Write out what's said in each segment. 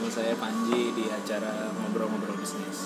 bersama saya Panji di acara Ngobrol-Ngobrol Bisnis.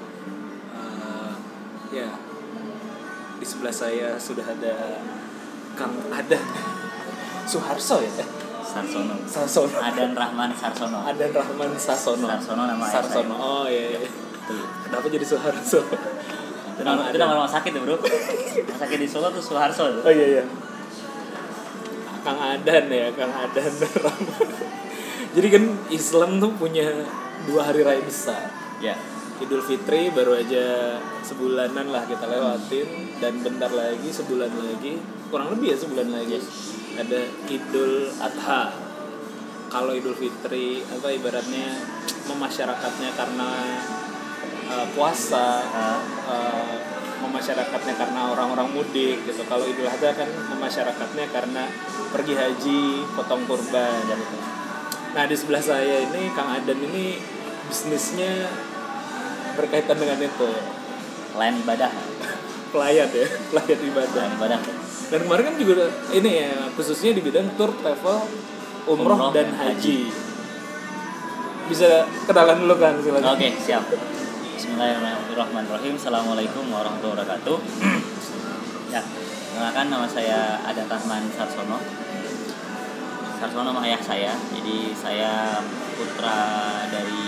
Ya, di sebelah saya sudah ada Kang Adan Suharso ya? Sarsono. Adan Rahman Sarsono. Sarsono nama Sarsono. saya. Oh iya. Kenapa jadi Suharso? Itu nama rumah sakit ya, Bro. Rumah sakit di Solo tuh Suharso. Oh iya. Kang Adan Rahman. Jadi kan Islam tuh punya 2 hari raya besar. Ya. Idul Fitri baru aja sebulanan lah kita lewatin, dan bentar lagi sebulan lagi, kurang lebih ya sebulan lagi ada Idul Adha. Kalau Idul Fitri ibaratnya memasyarakatnya karena puasa, memasyarakatnya karena orang-orang mudik gitu. Kalau Idul Adha kan memasyarakatnya karena pergi haji, potong kurban gitu. Nah, di sebelah saya ini Kang Adan ini bisnisnya berkaitan dengan itu. Pelayan ibadah. Pelayan ibadah. Pelayan ibadah. Dan kemarin kan juga ini ya, khususnya di bidang tour travel, umroh dan haji. Bisa kenalan dulu kan, silakan. Oke, siap. Bismillahirrahmanirrahim. Assalamualaikum warahmatullahi wabarakatuh. Ya, kenalkan nama saya Adan Rahman Sarsono. Sarsono nama ayah saya. Jadi saya putra dari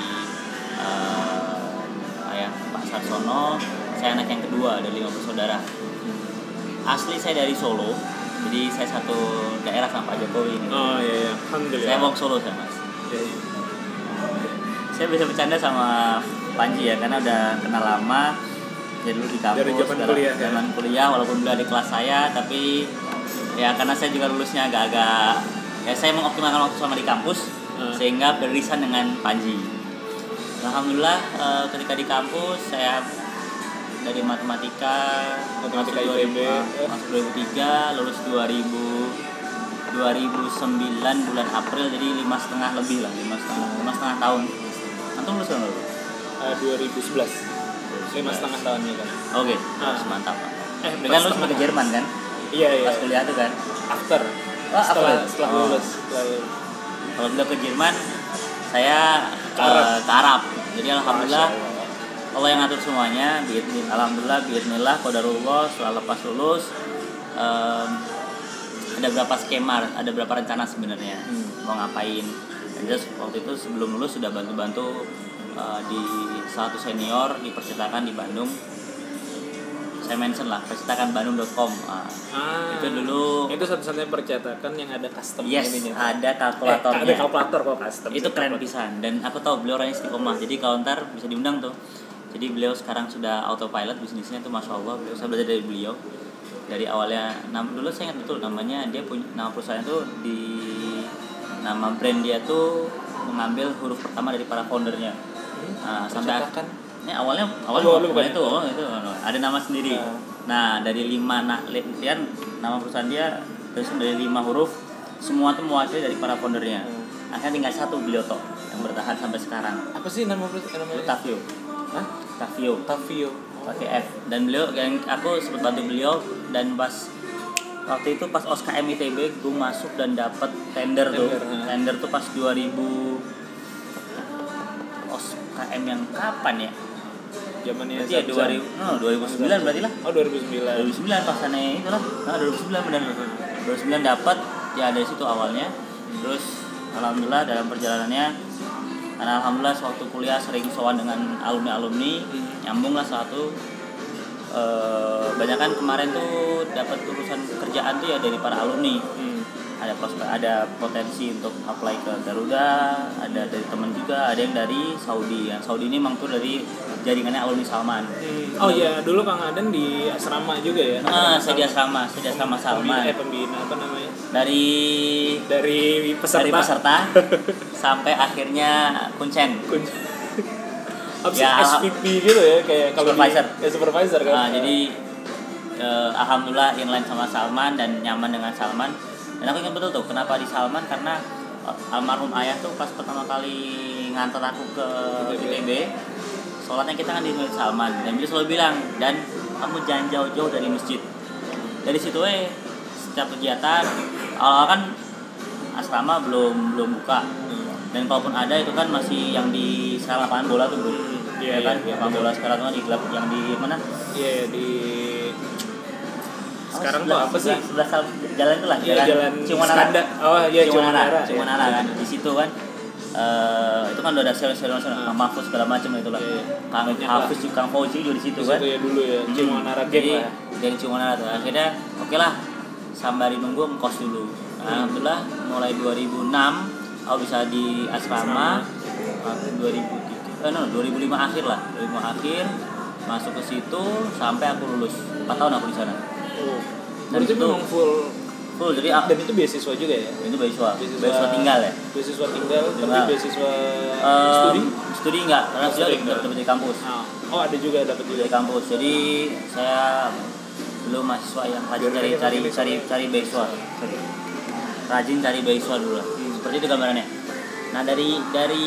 ayah Pak Sarsono. Saya anak yang kedua dari 5 bersaudara. Asli saya dari Solo. Jadi saya satu daerah sama Pak Jokowi ini. Oh iya. Alhamdulillah. Saya mau ke Solo saya, Mas. Iya. Saya bisa bercanda sama Panji ya, karena udah kenal lama. Jadi dulu di kampus dari zaman kuliah, walaupun beliau di kelas saya, tapi ya karena saya juga lulusnya agak-agak ya, saya mengoptimalkan waktu sama di kampus sehingga beririsan dengan Panji. Alhamdulillah ketika di kampus saya dari matematika ITB masuk 2003, lulus 2009 bulan April, jadi 5,5 lebih lah, 5,5 tahun. Antum lulus tahun berapa? 2011. 5,5 tahunnya kan. Oke. Mantap. Dengan lulus ke Jerman kan? Iya. Pas kuliah tuh kan? Setelah lulus. Kalau beliau ke Jerman, saya ke Arab. Jadi alhamdulillah Allah yang ngatur semuanya. Alhamdulillah, qadarullah. Setelah lepas lulus, ada berapa skema, ada berapa rencana sebenarnya mau ngapain. Dan just waktu itu sebelum lulus sudah bantu-bantu di satu senior di percetakan di Bandung. Saya mention lah, percetakanbandung.com. Itu dulu. Itu satu-satunya percetakan yang ada custom. Yes, ininya. ada kalkulatornya. Ada kalkulator kok custom. Itu keren pisan. Dan aku tahu beliau orangnya istiqomah. Jadi kalau ntar bisa diundang tuh. Jadi beliau sekarang sudah autopilot bisnisnya tuh, masya Allah. Saya belajar dari beliau. Dari awalnya, dulu saya ingat betul namanya, dia punya nama perusahaan tuh, di nama brand dia tuh mengambil huruf pertama dari para foundernya. Sampai awalnya bukan itu, ada nama sendiri. Nah, dari 5 nama perusahaan dia terus dari 5 huruf, semua tuh mewakili dari para foundernya. Akhirnya tinggal satu beliau toh yang bertahan sampai sekarang. Apa sih nama perusahaan? Tavio. Tavio. Pakai F. Dan beliau, yang aku sempat bantu beliau, dan pas waktu itu pas OSKM ITB gue masuk dan dapat tender tuh. Tender tuh pas 2000 OSKM yang kapan ya? Zamannya ya 2009 berarti lah. 2009 pasannya itu lah. 2009 benar. 2009 dapat ya, dari situ awalnya. Terus alhamdulillah dalam perjalanannya, karena alhamdulillah waktu kuliah sering sowan dengan alumni, nyambung lah satu. Banyak kan kemarin tuh dapat urusan pekerjaan tuh ya dari para alumni. Ada potensi untuk apply ke Garuda, ada dari teman juga, ada yang dari Saudi. Yang Saudi ini memang tuh dari jaringannya alumni Salman. Oh iya, dulu Kang Adan di asrama juga ya? Saya di asrama Salman. Pembina apa namanya? Dari peserta sampai akhirnya kuncen. Ya, SVP gitu ya, kayak kalau supervisor kan. Jadi alhamdulillah inline sama Salman dan nyaman dengan Salman. Dan aku ingat betul tuh kenapa di Salman, karena almarhum ayah tuh pas pertama kali ngantar aku ke ITB, sholatnya kita kan di Masjid Salman, dan dia selalu bilang, dan kamu jangan jauh-jauh dari masjid. Dari situ setiap kegiatan, awal kan asrama belum buka, Dan kalaupun ada itu kan masih yang di sekarang lapangan bola tuh bro. Iya, kan iya, lapangan betul. bola sekarang tuh kan di klub yang di mana? Iya, di sekarang tuh apa sih? Sebelah jalan itu lah, Iya, jalan Ciumanara. Skanda. Oh iya, Ciumanara. Ciumanara kan. Di situ kan itu kan udah ada sel-sel Kang Mahfuz segala macam itu lah. Iya. Kang Hafiz juga, Kang Fauzi juga di situ kan. Itu ya dulu ya, Ciumanara Jadi geng lah. geng Ciumanara tuh. Akhirnya oke lah, sembari nunggu ngkos dulu. Nah, alhamdulillah mulai 2006 aku bisa di asrama. 2005 akhir lah. 2005 akhir masuk ke situ sampai aku lulus. 4 tahun aku di sana. Oh. Dan Berarti itu memang full jadi dan itu beasiswa juga ya? itu beasiswa tinggal ya. Beasiswa tinggal, tapi Tinggal. beasiswa studi? Studi enggak, karena Studi sudah enggak. dapat di kampus. Oh, ada juga dapat juga. Dari kampus. Jadi saya belum mahasiswa yang rajin cari beasiswa. Rajin cari beasiswa dulu lah. Seperti itu gambarannya. Nah, dari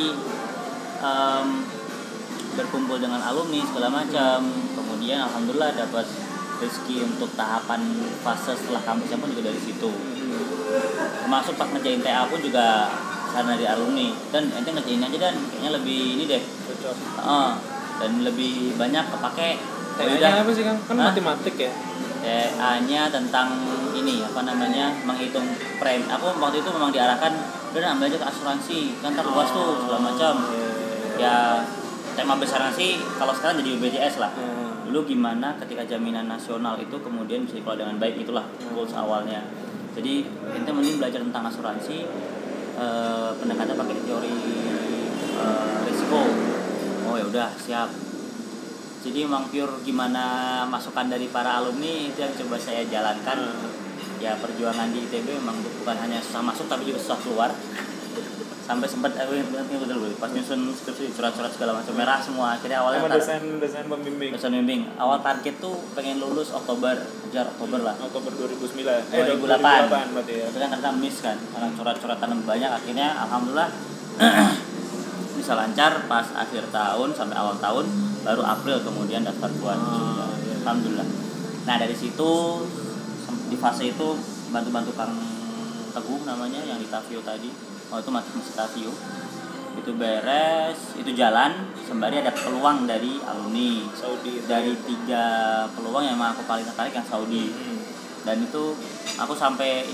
berkumpul dengan alumni segala macam, kemudian alhamdulillah dapat rezeki untuk tahapan fase setelah kampusnya pun juga dari situ. Termasuk pas ngerjain TA pun juga karena dari alumni. Dan ente ngerjain aja dan kayaknya lebih ini deh. Cocok. Dan lebih banyak kepake. TA-nya apa sih Kang? Kan matematik ya? TA-nya tentang ini apa namanya menghitung premi. Aku waktu itu memang diarahkan udah ambil aja ke asuransi kan luas tuh segala macam. Ya tema besarnya sih kalau sekarang jadi BPJS lah. Dulu gimana ketika jaminan nasional itu kemudian bisa dikelola dengan baik, itulah goals awalnya. Jadi ente mending belajar tentang asuransi, pendekatan pakai teori risiko. Oh ya udah siap. Jadi memang pure gimana masukan dari para alumni itu yang coba saya jalankan. Ya perjuangan di ITB memang bukan hanya susah masuk tapi juga susah keluar. Sampai sempat betul pas nyusun skripsi surat-surat segala macam merah semua. Akhirnya awalnya desain pembimbing. Desain pembimbing. Awal target tuh pengen lulus Oktober lah. Oktober 2009. 2008 berarti ya. Tapi kan ternyata miss kan karena surat-suratan banyak. Akhirnya alhamdulillah bisa lancar pas akhir tahun sampai awal tahun, baru April kemudian daftar buat alhamdulillah. Nah dari situ di fase itu bantu-bantu Kang Teguh namanya yang di Tavio tadi. Itu masih Tavio. Itu beres, itu jalan sembari ada peluang dari alumni Saudi. Dari 3 peluang yang memang aku paling tertarik yang Saudi. Dan itu aku sampai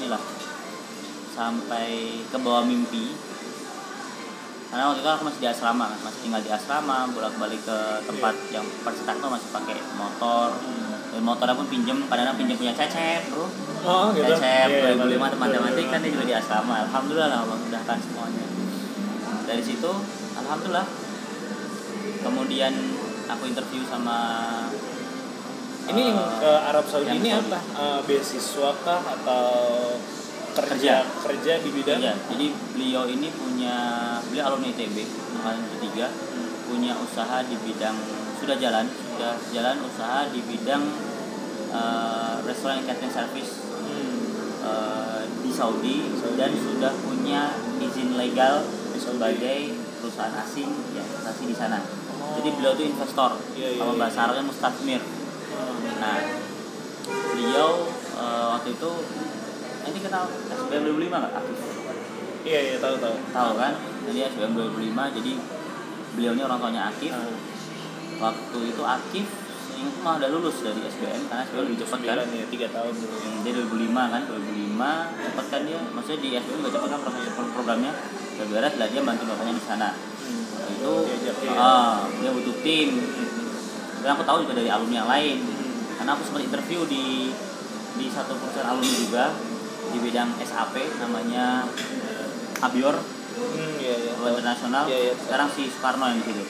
ke bawah mimpi. Karena waktu itu aku masih di asrama kan, masih tinggal di asrama, bolak-balik ke tempat yang percetak tuh masih pakai motor. Dan motornya pun kadang-kadang pinjam punya Cecep, bro. Oh, gitu. Cecep 2005 teman-teman kan dia juga di asrama. Alhamdulillah lah Allah mudahkan semuanya. Dari situ alhamdulillah. Kemudian aku interview sama ini yang ke Arab Saudi ini Saudi. apa? Beasiswa kah atau kerja di bidang? Iya, jadi beliau alumni ITB tahun ketiga, punya usaha di bidang sudah jalan usaha di bidang restoran catering service di Saudi dan sudah punya izin legal sebagai perusahaan asing yang investasi di sana. Jadi beliau itu investor, kalau bahasa Arabnya mustaqmir. Nah, beliau waktu itu ini kenal SBM 2005 nggak aktif? Iya tahu. Tahu kan? Jadi SBM 2005, jadi beliau ini orang tuanya aktif. Waktu itu aktif, ingat malah udah lulus dari SBM karena SBM lebih cepat kan? Ya, 3 tahun dulu. Dia 2005 kan, 2005 cepat kan dia. Maksudnya di SBM juga cepat kan proses programnya. Udah beres lah dia bantu bapaknya di sana. Itu dia butuh tim. Dan aku tahu juga dari alumni yang lain. Karena aku sempat interview di satu perusahaan alumni juga di bidang SAP namanya Abior. Internasional. Sekarang si Soekarno yang di situ.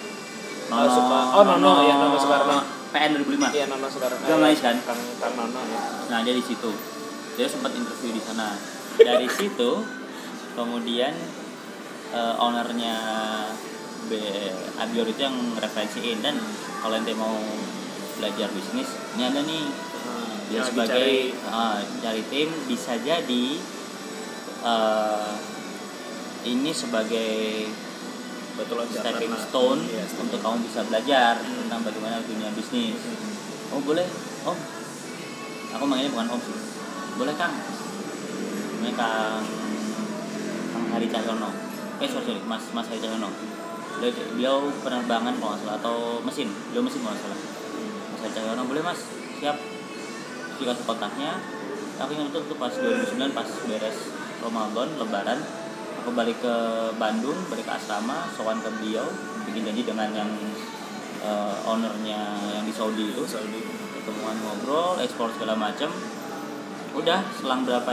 Nono Soekarno. PN 2005. Iya, Nono Soekarno. Gamais kan? Kang Nono ya. Nah, dia di situ. Dia sempat interview di sana. Dari situ kemudian ownernya Abior itu yang referensiin, dan kalau ente mau belajar bisnis, ini ada nih. Dia sebagai cari tim, bisa jadi ini sebagai stepping stone untuk kamu bisa belajar tentang bagaimana dunia bisnis. Oh boleh, Om. Aku manggilnya bukan Om sih. Boleh Kang. Ini Kang Hari Cahyono. sorry Mas Hadi Cahyono. Beliau penerbangan kalau nggak salah atau beliau mesin kalau nggak salah. Mas Hadi Cahyono, boleh Mas, siap, dikasih kontaknya. Aku ingat itu pas 2009 pas beres Ramadan Lebaran, aku balik ke Bandung, balik ke asrama, sowan ke beliau, bikin janji dengan yang ownernya yang di Saudi itu, ketemuan ngobrol, ekspor segala macam. Udah selang berapa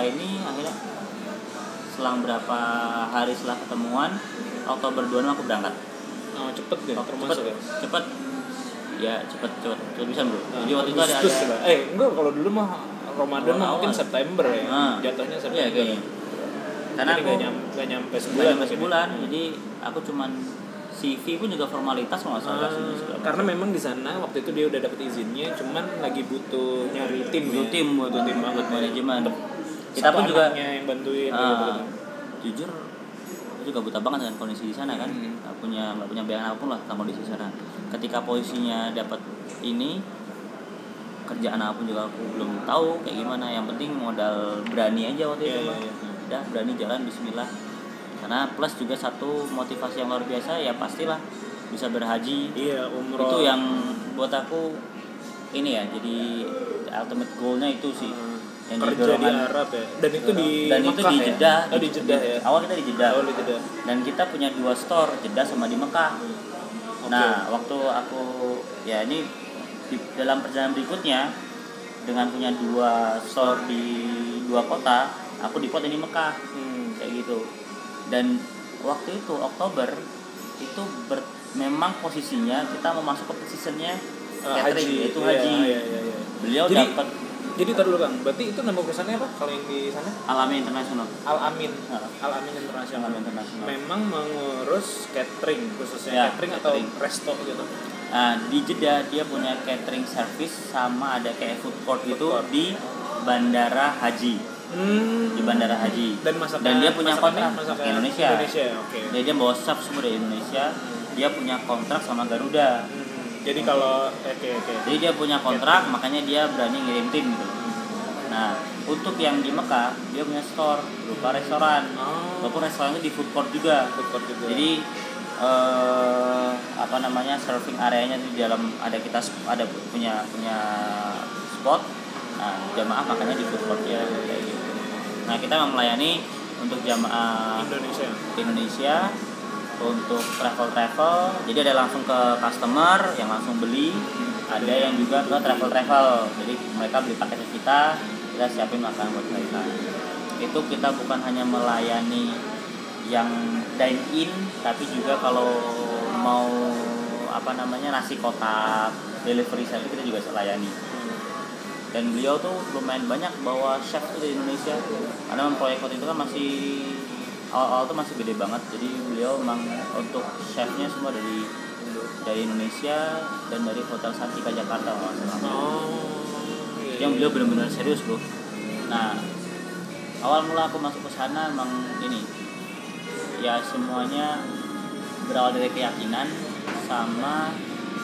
hari setelah ketemuan, Oktober 26 aku berangkat. Oh, cepet ya, termasuk cepet bisa bro. Jadi waktu itu ada enggak, kalau dulu mah Ramadan mungkin September ya. Jatuhnya September. Iya, kayaknya. Karena aku nggak nyampe sebulan. Jadi aku cuman CV pun juga formalitas kalau nggak salah. Karena memang di sana waktu itu dia udah dapet izinnya, cuman lagi butuh nyari tim banget manajemen. Kita pun juga yang bantuin gitu. Jujur aku juga buta banget dengan kondisi di sana kan. Nggak punya bayangan apapun lah tentang kondisi di sana. Ketika posisinya dapat ini, kerjaan apapun juga aku belum tahu kayak gimana. Yang penting modal berani aja waktu itu mah. Udah berani jalan, bismillah. Karena plus juga satu motivasi yang luar biasa ya pastilah bisa berhaji. Iya, umroh. Itu yang buat aku ini ya, jadi ultimate goalnya itu sih. Yang kerja di Arab ya. Dan itu di Jeddah. Di Jeddah ya. Awal kita di Jeddah. Dan kita punya 2 store, Jeddah sama di Mekah. Nah, waktu aku ya ini dalam perjalanan berikutnya dengan punya 2 store di 2 kota, aku dipot di Mekah. Kayak gitu. Dan waktu itu Oktober itu memang posisinya kita mau masuk ke seasonnya catering, haji. Iya. Beliau dapat. Jadi tar dulu Kang, berarti itu nama perusahaannya apa kalau yang di sana? Al-Amin International. Al-Amin International. Memang mengurus catering khususnya catering atau resto gitu. Nah, di Jeddah dia punya catering service sama ada kayak food court gitu di Bandara Haji. Di Bandara Haji. Dan dia punya kontrak ke Indonesia. Okay. Dia bawa staff semua dari Indonesia. Dia punya kontrak sama Garuda. Jadi kalau Jadi dia punya kontrak, makanya dia berani ngirim tim gitu. Nah, untuk yang di Mekah dia punya store berupa restoran. Walaupun restoran itu di food court juga. Jadi serving areanya di dalam ada punya spot. Nah, jamaah makanya di food court ya kayak gitu. Nah, kita melayani untuk jamaah Indonesia untuk travel. Jadi ada langsung ke customer yang langsung beli, ada yang juga ke travel. Jadi mereka beli paket kita siapin makanan buat mereka. Itu kita bukan hanya melayani yang dine in, tapi juga kalau mau nasi kotak, delivery service kita juga layani. Dan beliau tuh lumayan banyak bawa chef tuh di Indonesia. Karena proyek waktu itu kan masih awal-awal tuh masih gede banget. Jadi beliau memang untuk chefnya semua dari Indonesia dan dari Hotel Santika Jakarta yang beliau benar-benar serius bro. Nah, awal mula aku masuk ke sana emang ini ya semuanya berawal dari keyakinan sama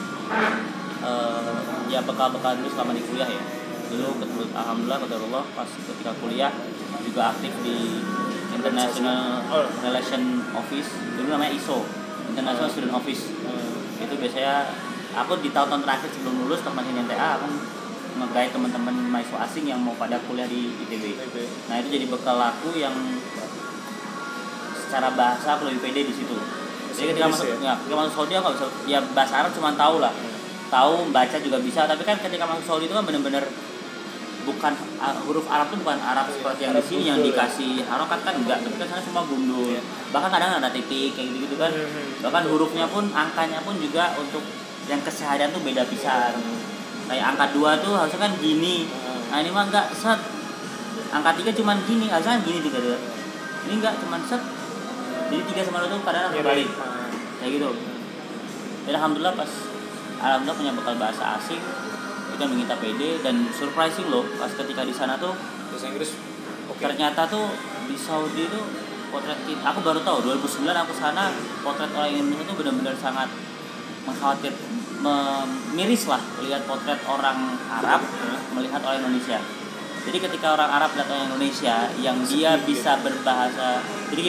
ya bekal-bekal dulu selama di kuliah ya. Dulu alhamdulillah qadarullah pas ketika kuliah juga aktif di International Relation Office, dulu namanya ISO, International Student Office. Itu biasanya aku di tahun-tahun terakhir sebelum lulus teman NTA aku nge-guide teman-teman mahasiswa asing yang mau pada kuliah di ITB. Nah, itu jadi bekal aku yang secara bahasa aku lebih pede di situ. Jadi ketika masuk Saudi aku bisa ya bahasa Arab cuma tahu lah. Tahu baca juga bisa, tapi kan ketika masuk Saudi itu kan benar-benar bukan huruf Arab tuh bukan Arab seperti yang di sini yang dikasih harokat kan enggak, tapi kan sana semua gundul. Bahkan kadang ada titik kayak gitu kan. Bahkan hurufnya pun angkanya pun juga untuk yang keseharian tuh beda pisan. Kayak angka 2 tuh harusnya kan gini. Nah, ini mah enggak set. Angka 3 cuman gini, harusnya kan gini 3 dia. Ini enggak cuman set. Jadi 3 sama 2 tuh kadang kebalik. Kayak gitu. Dan alhamdulillah punya bekal bahasa asing. Kita menginta PD dan surprising loh pas ketika di sana tuh bahasa Inggris ternyata tuh di Saudi tuh potret aku baru tahu 2009 aku sana potret orang Indonesia tuh benar-benar sangat mengkhawatir miris lah melihat potret orang Arab melihat orang Indonesia. Jadi ketika orang Arab lihat orang Indonesia yang dia bisa berbahasa, jadi gini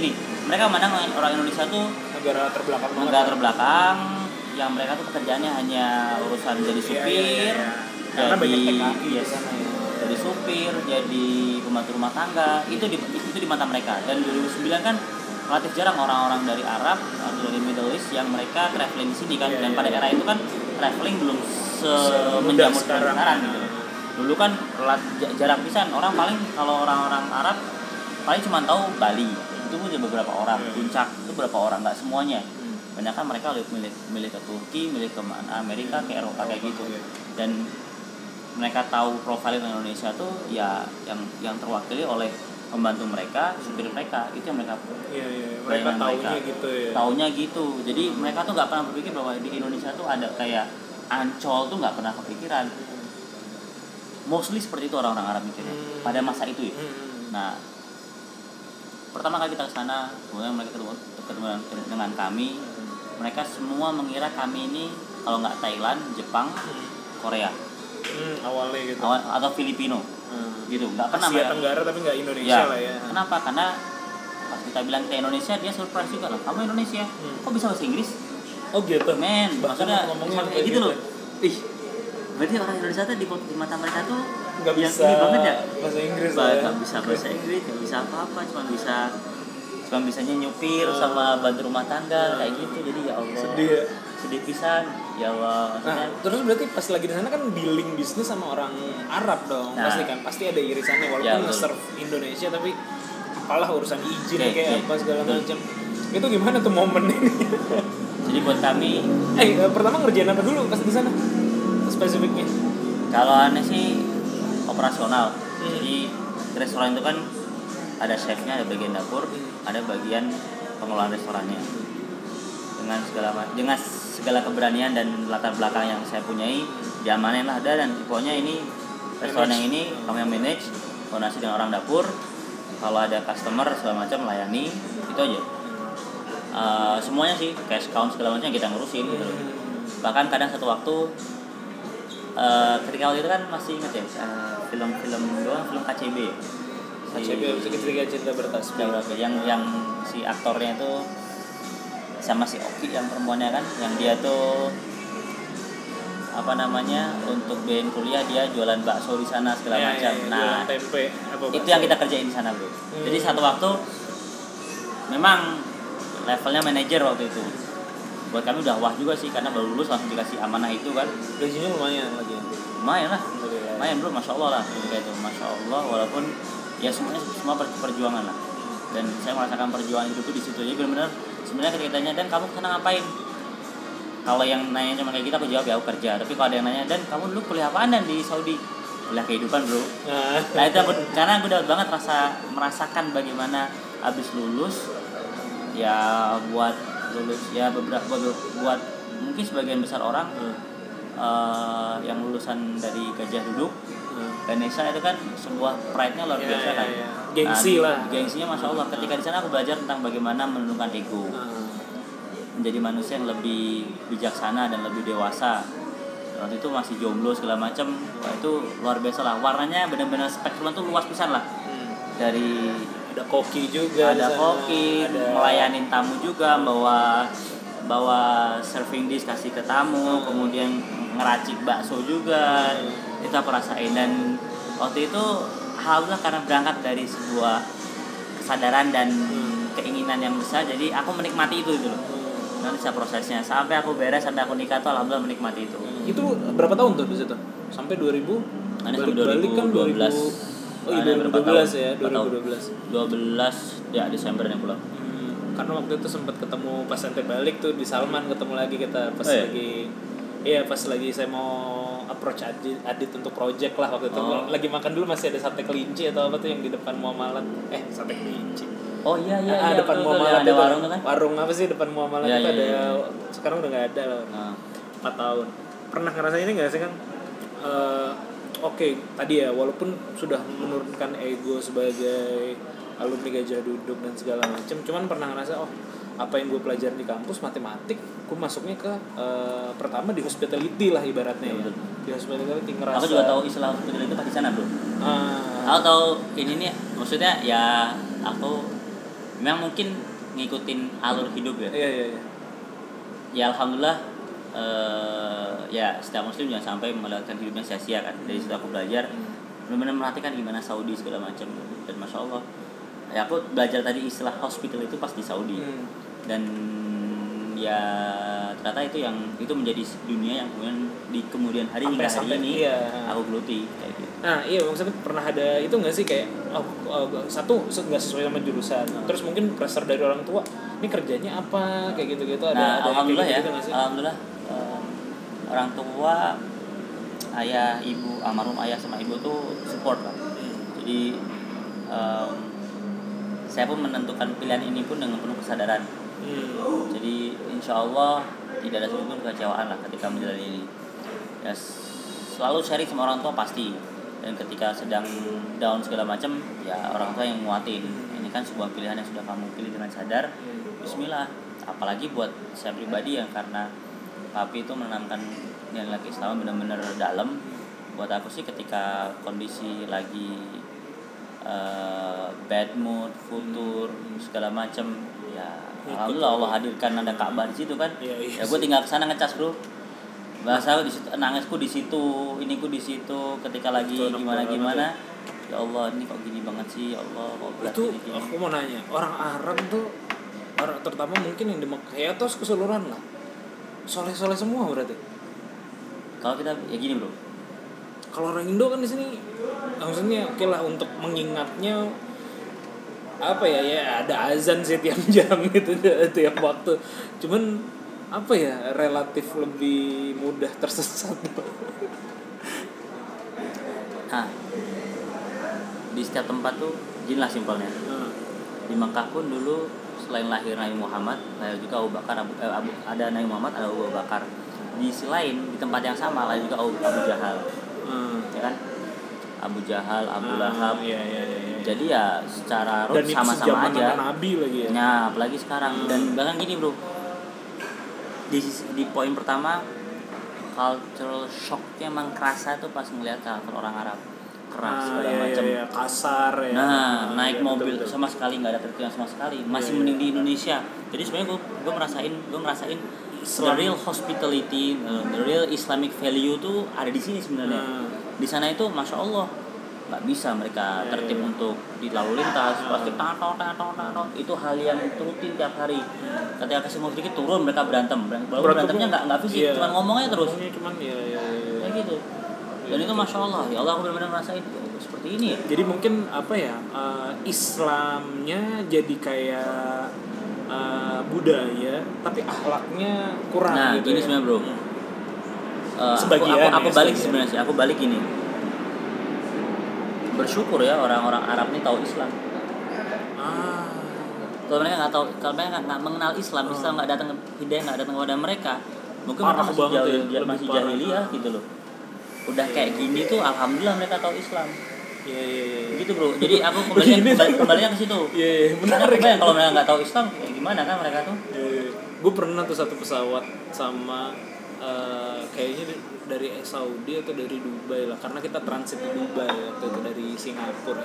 mereka memandang orang Indonesia tuh negara terbelakang banget. negara terbelakang, yang mereka tuh pekerjaannya hanya urusan jadi supir, Karena jadi banyak TKI di sana ya. jadi supir, jadi pembantu rumah tangga, itu di mata mereka. Dan 2009 kan relatif jarang orang-orang dari Arab atau dari Middle East yang mereka traveling di sini kan. Dan pada era itu kan traveling belum semenjamur sekarang gitu. Dulu kan jarang pisan orang, paling kalau orang-orang Arab paling cuma tahu Bali, itu pun ada beberapa orang, Puncak itu beberapa orang, nggak semuanya. Banyak kan mereka milih ke Turki, milih ke Amerika, ke Eropa kayak gitu. Dan mereka tahu profil Indonesia tuh ya yang terwakili oleh pembantu mereka, supir mereka, itu yang mereka mereka taunya gitu ya. Taunya gitu. Jadi mereka tuh nggak pernah berpikir bahwa di Indonesia tuh ada kayak Ancol, tuh nggak pernah kepikiran. Mostly seperti itu orang-orang Arab mikirnya pada masa itu ya. Nah, pertama kali kita ke sana, kemudian mereka ketemu dengan kami, mereka semua mengira kami ini kalau nggak Thailand, Jepang, Korea. Awalnya gitu. Atau Filipino. Gitu, nggak pernah. Asia Tenggara tapi nggak Indonesia ya. lah ya. Kenapa? Karena pas kita bilang kita Indonesia, dia surprise juga lah. Kamu Indonesia? Kok bisa bahasa Inggris? Oh gitu. Men, maksudnya ngomongnya kayak gitu loh. Ih, berarti orang Indonesia tuh di mata mereka tuh nggak bisa ini banget ya. Bahasa Inggris nggak bisa bahasa Inggris, nggak bisa apa-apa, cuma bisanya nyupir sama bantu rumah tangga kayak gitu. Jadi ya Allah, sedih pisan ya Allah. Nah, terus berarti pas lagi di sana kan dealing bisnis sama orang Arab dong. Pasti ada irisannya walaupun nge-serve Indonesia, tapi apalah urusan izin kayak apa segala macam. Itu gimana tuh momen ini? Jadi buat kami pertama ngerjain apa dulu pas di sana spesifiknya? Kalau aneh sih operasional. Jadi restoran itu kan ada chefnya, ada bagian dapur, ada bagian pengelolaan restorannya. Dengan segala keberanian dan latar belakang yang saya punyai, diamanin lah ada. Dan pokoknya ini restoran yang ini kamu yang manage, koordinasi dengan orang dapur, kalau ada customer segala macam layani, itu aja. Semuanya sih, cash count segala macam kita ngurusin gitu. Bahkan kadang satu waktu ketika waktu itu kan masih ingat ya, film KCB. KCB Ketika Cinta Bertasbih. Yang si aktornya itu sama si Oki yang perempuannya kan, yang dia tuh untuk biayain kuliah dia jualan bakso di sana segala macam. Nah, tempe, itu yang kita kerjain di sana, bro. Jadi satu waktu memang levelnya manajer waktu itu. Buat kami udah wah juga sih, karena baru lulus langsung dikasih amanah itu kan. Gajinya lumayan lagi. Lumayan lah. Lumayan bro, masya Allah lah. Kayak itu, masya Allah. Walaupun ya semua perjuangan lah. Dan saya merasakan perjuangan hidupku di situ. Jadi benar-benar sebenarnya ketika ditanya, dan kamu kesana ngapain? Kalau yang nanya cuma kayak gitu, aku jawab ya aku kerja. Tapi kalau ada yang nanya, dan kamu dulu kuliah apaan dan di Saudi? Kuliah kehidupan bro. Nah itu karena aku dapat banget merasakan bagaimana abis lulus ya, buat lulus ya buat mungkin sebagian besar orang yang lulusan dari Gajah Duduk Ganesha itu kan sebuah pride-nya luar biasa kan. Gengsi lah. Gengsinya masya Allah. Ketika di sana aku belajar tentang bagaimana menurunkan ego, menjadi manusia yang lebih bijaksana dan lebih dewasa. Waktu itu masih jomblo segala macam. Wah itu luar biasa lah. Warnanya benar-benar spektrum tuh luas pisan lah. Dari ada koki juga, ada koki, melayanin tamu juga, bawa serving dish kasih ke tamu, kemudian ngeracik bakso juga. Itu aku rasain. Dan waktu itu alhamdulillah karena berangkat dari sebuah kesadaran dan keinginan yang besar, jadi aku menikmati itu gitu loh. Nanti saya prosesnya sampai aku beres, sampai aku nikah tuh alhamdulillah menikmati itu. Itu berapa tahun tuh di situ? Sampai 2000? Balik kan 2012. Oh iya 2012 ya, 2012 ya Desember yang pulang. Karena waktu itu sempat ketemu pas nanti balik tuh di Salman, ketemu lagi kita pas pas lagi saya mau approach Adit untuk project lah waktu itu. Lagi makan dulu, masih ada sate kelinci atau apa tuh yang di depan Muamalat. Sate kelinci. Oh iya depan Muamalat ada warung tuh kan? Warung apa sih depan Muamalat itu ada. Iya. Sekarang udah enggak ada loh. 4 tahun. Pernah ngerasain ini enggak sih kan? Tadi ya walaupun sudah menurunkan ego sebagai alumni Gajah Duduk dan segala macam, cuman pernah ngerasa apa yang gue pelajarin di kampus matematik, gue masuknya ke pertama di hospitality lah ibaratnya ya. Di hospitality ngerasa. Aku juga tahu istilah hospitality pas di sana bro. Aku tahu ini nih, maksudnya ya aku memang mungkin ngikutin alur hidup ya. Iya. Ya alhamdulillah, ya setiap muslim jangan sampai melewatkan hidupnya sia-sia kan. Dari situ aku belajar benar-benar merhatikan gimana Saudi segala macam, dan masya Allah ya aku belajar tadi istilah hospital itu pas di Saudi. Dan ya ternyata itu menjadi dunia yang kemudian hari hingga hari ini aku geluti kayak gitu. Nah iya, maksudnya pernah ada itu nggak sih kayak satu nggak sesuai sama jurusan, terus mungkin pressure dari orang tua ini kerjanya apa kayak gitu ada alhamdulillah kayak gitu, ya alhamdulillah orang tua, ayah, ibu, almarhum ayah sama ibu tuh support lah. Jadi saya pun menentukan pilihan ini pun dengan penuh kesadaran. Jadi insya Allah tidak ada sedikit pun kekecewaan lah ketika menjalani ini. Ya selalu sharing sama orang tua pasti. Dan ketika sedang down segala macam, ya orang tua yang nguatin. Ini kan sebuah pilihan yang sudah kamu pilih dengan sadar. Bismillah. Apalagi buat saya pribadi yang karena papi itu menanamkan nilai Islam benar-benar dalam. Buat aku sih ketika kondisi lagi bad mood, futur segala macam, ya alhamdulillah Allah hadirkan ada Ka'bah di situ kan. Ya gue tinggal kesana ngecas bro. Bahasa di situ, nangisku di situ, iniku di situ. Ketika lagi gimana, ya Allah ini kok gini banget sih, ya Allah kok berat itu gini. Aku mau nanya, orang Arab tuh, orang terutama mungkin yang di Mekah ya atau keseluruhan lah, soleh semua berarti. Kalau kita ya gini bro. Kalau orang Indo kan di sini, maksudnya oke lah untuk mengingatnya apa ya ada azan sih tiap jam gitu tiap waktu. Cuman apa ya relatif lebih mudah tersesat. Nah, di setiap tempat tuh gini lah simpelnya. Di Mekah pun dulu selain lahir Nabi Muhammad, lahir juga Abu Bakar, ada Nabi Muhammad, ada Abu Bakar. Di sisi lain di tempat yang sama lahir juga Abu Jahal. Ya kan? Abu Jahal, Abu Lahab. Iya. Jadi ya secara root sama-sama aja. Nabi lagi ya. Nah, apalagi sekarang. Dan bahkan gini bro, di poin pertama cultural shocknya emang kerasa tuh pas ngeliat karakter orang Arab keras segala macam, kasar ya. Nah, naik mobil betul. sama sekali nggak ada tertib sama sekali, masih mending di Indonesia. Jadi sebenarnya gue merasain the real hospitality, the real Islamic value tuh ada di sini sebenarnya. Di sana itu masya Allah nggak bisa mereka tertib untuk di lalu lintas, pasti itu hal yang rutin tiap hari. Ketika kasih mau sedikit turun mereka berantemnya nggak fisik, cuma ngomongnya terus. Kayak gitu. Dan itu masya Allah, ya Allah aku benar-benar merasain seperti ini ya. Jadi mungkin apa ya, Islamnya jadi kayak budaya, tapi akhlaknya kurang. Nah, gitu gini sebenarnya bro. Sebagian aku balik sebenarnya sih, aku balik gini. Bersyukur ya orang-orang Arab ini tahu Islam. Kalau mereka nggak tahu, kalau mereka nggak mengenal Islam, Islam nggak datang, hidayah nggak datang kepada mereka, mungkin mereka masih jahiliyah gitu loh. Udah kayak gini tuh, alhamdulillah mereka tahu Islam. Iya. Gitu bro. Jadi aku kembalinya ke situ. Iya, benar. Kalau mereka nggak tahu Islam, ya gimana kan mereka tuh? Gue pernah tuh satu pesawat sama kayaknya dari Saudi atau dari Dubai lah, karena kita transit di Dubai waktu itu dari Singapura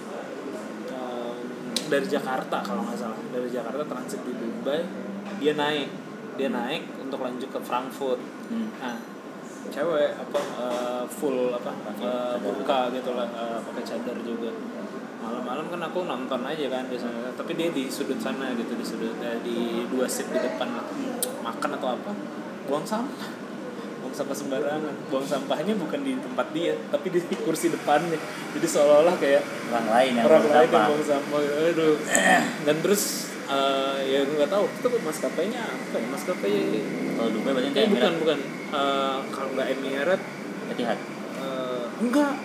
dari Jakarta kalau nggak salah, dari Jakarta transit di Dubai, dia naik untuk lanjut ke Frankfurt. Nah cewek full buka gitu lah, pakai cadar juga. Malam-malam kan aku nonton aja kan di sana, tapi dia di sudut sana gitu, di dua seat di depan makan atau apa, buang sampah sembarangan. Buang sampahnya bukan di tempat dia, tapi di kursi depannya. Jadi seolah-olah kayak orang lain yang buang sampah. Aduh. Dan terus ya gue nggak tahu itu maskapainya apa ya, maskapai kalau Dubai berarti kayak bukan kalau nggak Emirat Etihad enggak,